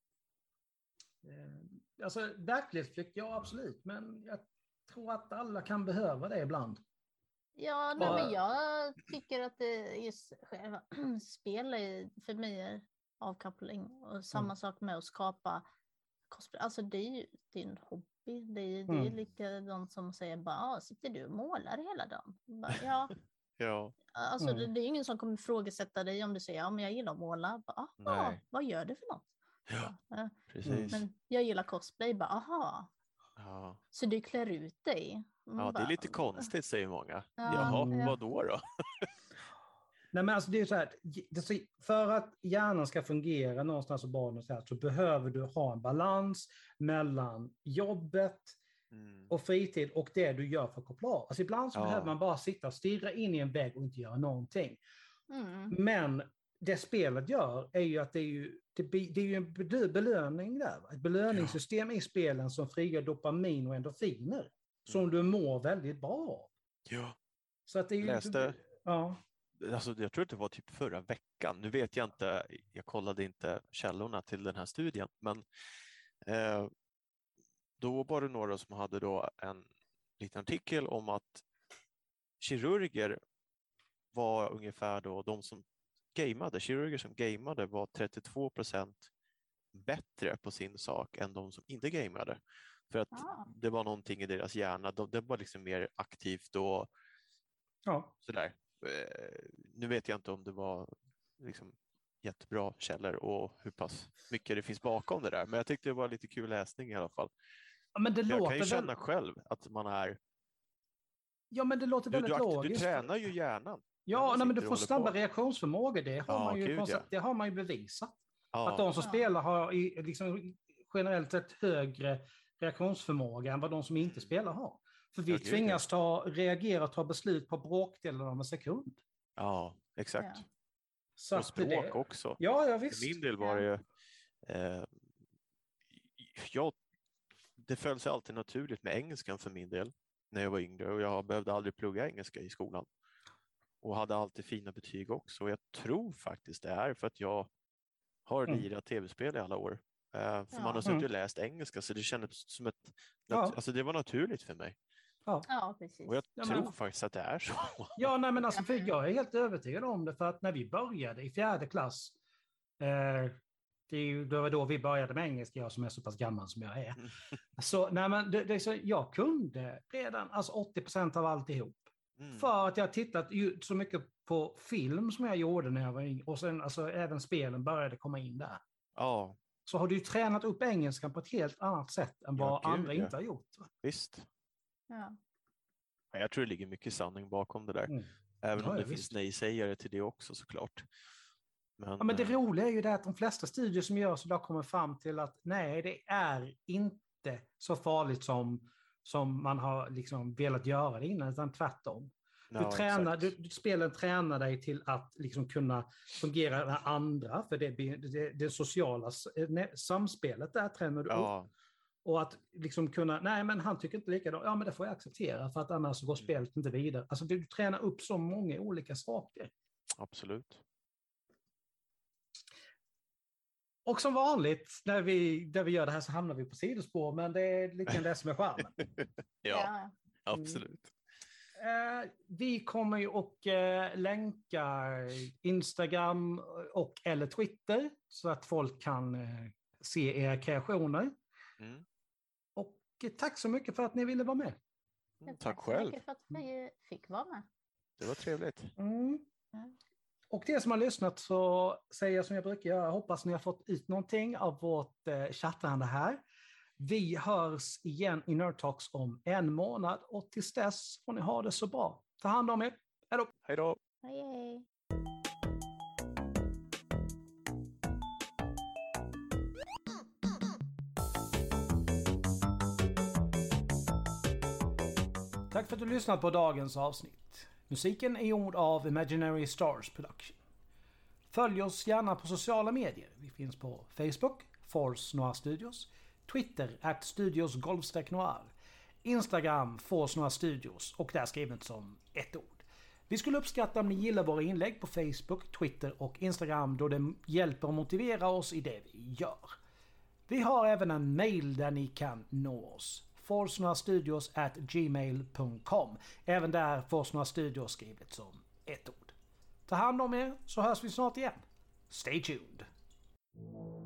Alltså verklighetsflykt, ja absolut, men jag tror att alla kan behöva det ibland. Ja, men jag tycker att det just själva spel för mig är avkoppling och samma sak med att skapa cosplay. Alltså det är ju en hobby. Det är likadant som att säga bara, sitter du och målar hela dagen? Bara, ja. Ja. Alltså det är ingen som kommer ifrågasätta dig om du säger, ja men jag gillar att måla. Bara, vad gör du för något? Ja, precis. Men jag gillar cosplay, bara aha. Ja. Så du klär ut dig? Ja, det är lite konstigt säger många. Ja, Jaha, vadå då? Nej, men alltså det är så här, för att hjärnan ska fungera någonstans och barn och så här, så behöver du ha en balans mellan jobbet och fritid och det du gör för att koppla av. Alltså ibland så behöver man bara sitta och stirra in i en vägg och inte göra någonting. Men det spelet gör är ju att det är ju en belöning där. Ett belöningssystem i spelen som frigör dopamin och endorfiner som du mår väldigt bra av. Ja. Så att det är ju läste... Ja. Alltså, jag tror att det var typ förra veckan. Nu vet jag inte, jag kollade inte källorna till den här studien, men då var det några som hade då en liten artikel om att kirurger var ungefär då de som kirurger som gameade var 32% bättre på sin sak än de som inte gameade. För att det var någonting i deras hjärna. Det var liksom mer aktivt och sådär. Nu vet jag inte om det var liksom jättebra källor och hur pass mycket det finns bakom det där. Men jag tyckte det var lite kul läsning i alla fall. Ja, men det jag låter kan ju känna själv att man är... Ja, men det låter väldigt logiskt. Du tränar ju hjärnan. Ja, men du får snabba reaktionsförmågor. Det har man ju bevisat. Ja. Att de som spelar har liksom generellt sett högre reaktionsförmåga än vad de som inte spelar har. För vi tvingas reagera och ta beslut på bråkdelar av en sekund. Ja, exakt. Ja. Så och språk också. Ja, visst. För min del var det det föll sig alltid naturligt med engelskan för min del när jag var yngre, och jag behövde aldrig plugga engelska i skolan. Och hade alltid fina betyg också. Och jag tror faktiskt det är för att jag har lirat tv-spel i alla år. För man har suttit och läst engelska, så det kändes som alltså det var naturligt för mig. Ja, precis. Och jag tror faktiskt att det är så. Ja, nej, men alltså, för jag är helt övertygad om det, för att när vi började i 4:e klass, det var då vi började med engelska, jag som är så pass gammal som jag är. Så, nej, men så, jag kunde redan 80% av alltihop. För att jag har tittat så mycket på film som jag gjorde när jag var yngre, och sen även spelen började komma in där. Ja. Så har du tränat upp engelskan på ett helt annat sätt än vad andra inte har gjort. Visst. Ja. Jag tror det ligger mycket sanning bakom det där. Även om det finns nej-sägare till det också, såklart. Men det roliga är ju det att de flesta studier som görs idag kommer fram till att nej, det är inte så farligt som man har liksom velat göra det innan, utan tvärtom. Spelen tränar dig till att liksom kunna fungera med andra, för det sociala samspelet där tränar du upp. Och att liksom kunna, nej men han tycker inte likadant, ja men det får jag acceptera, för att annars går spelet inte vidare. Alltså du tränar upp så många olika saker. Absolut. Och som vanligt, när vi gör det här så hamnar vi på sidospår, men det är lite det som är charmen. Ja, absolut. Vi kommer ju att länka Instagram eller Twitter så att folk kan se era kreationer. Och tack så mycket för att ni ville vara med. Tack själv. Tack så mycket för att vi fick vara med. Det var trevligt. Och det som har lyssnat, så säger jag som jag brukar göra, hoppas ni har fått ut någonting av vårt chattande här. Vi hörs igen i Nerd Talks om 1 månad, och tills dess får ni ha det så bra. Ta hand om er. Hej då! Hej då! Hej. Tack för att du lyssnat på dagens avsnitt. Musiken är gjord av Imaginary Stars Production. Följ oss gärna på sociala medier. Vi finns på Facebook, Force Noir Studios, Twitter @studios_noir, Instagram Force Noir Studios, och där skrivet som ett ord. Vi skulle uppskatta om ni gillar våra inlägg på Facebook, Twitter och Instagram, då det hjälper att motivera oss i det vi gör. Vi har även en mail där ni kan nå oss. forcenoirstudios@gmail.com. Även där Force Noir Studios skrivet som ett ord. Ta hand om er, så hörs vi snart igen. Stay tuned!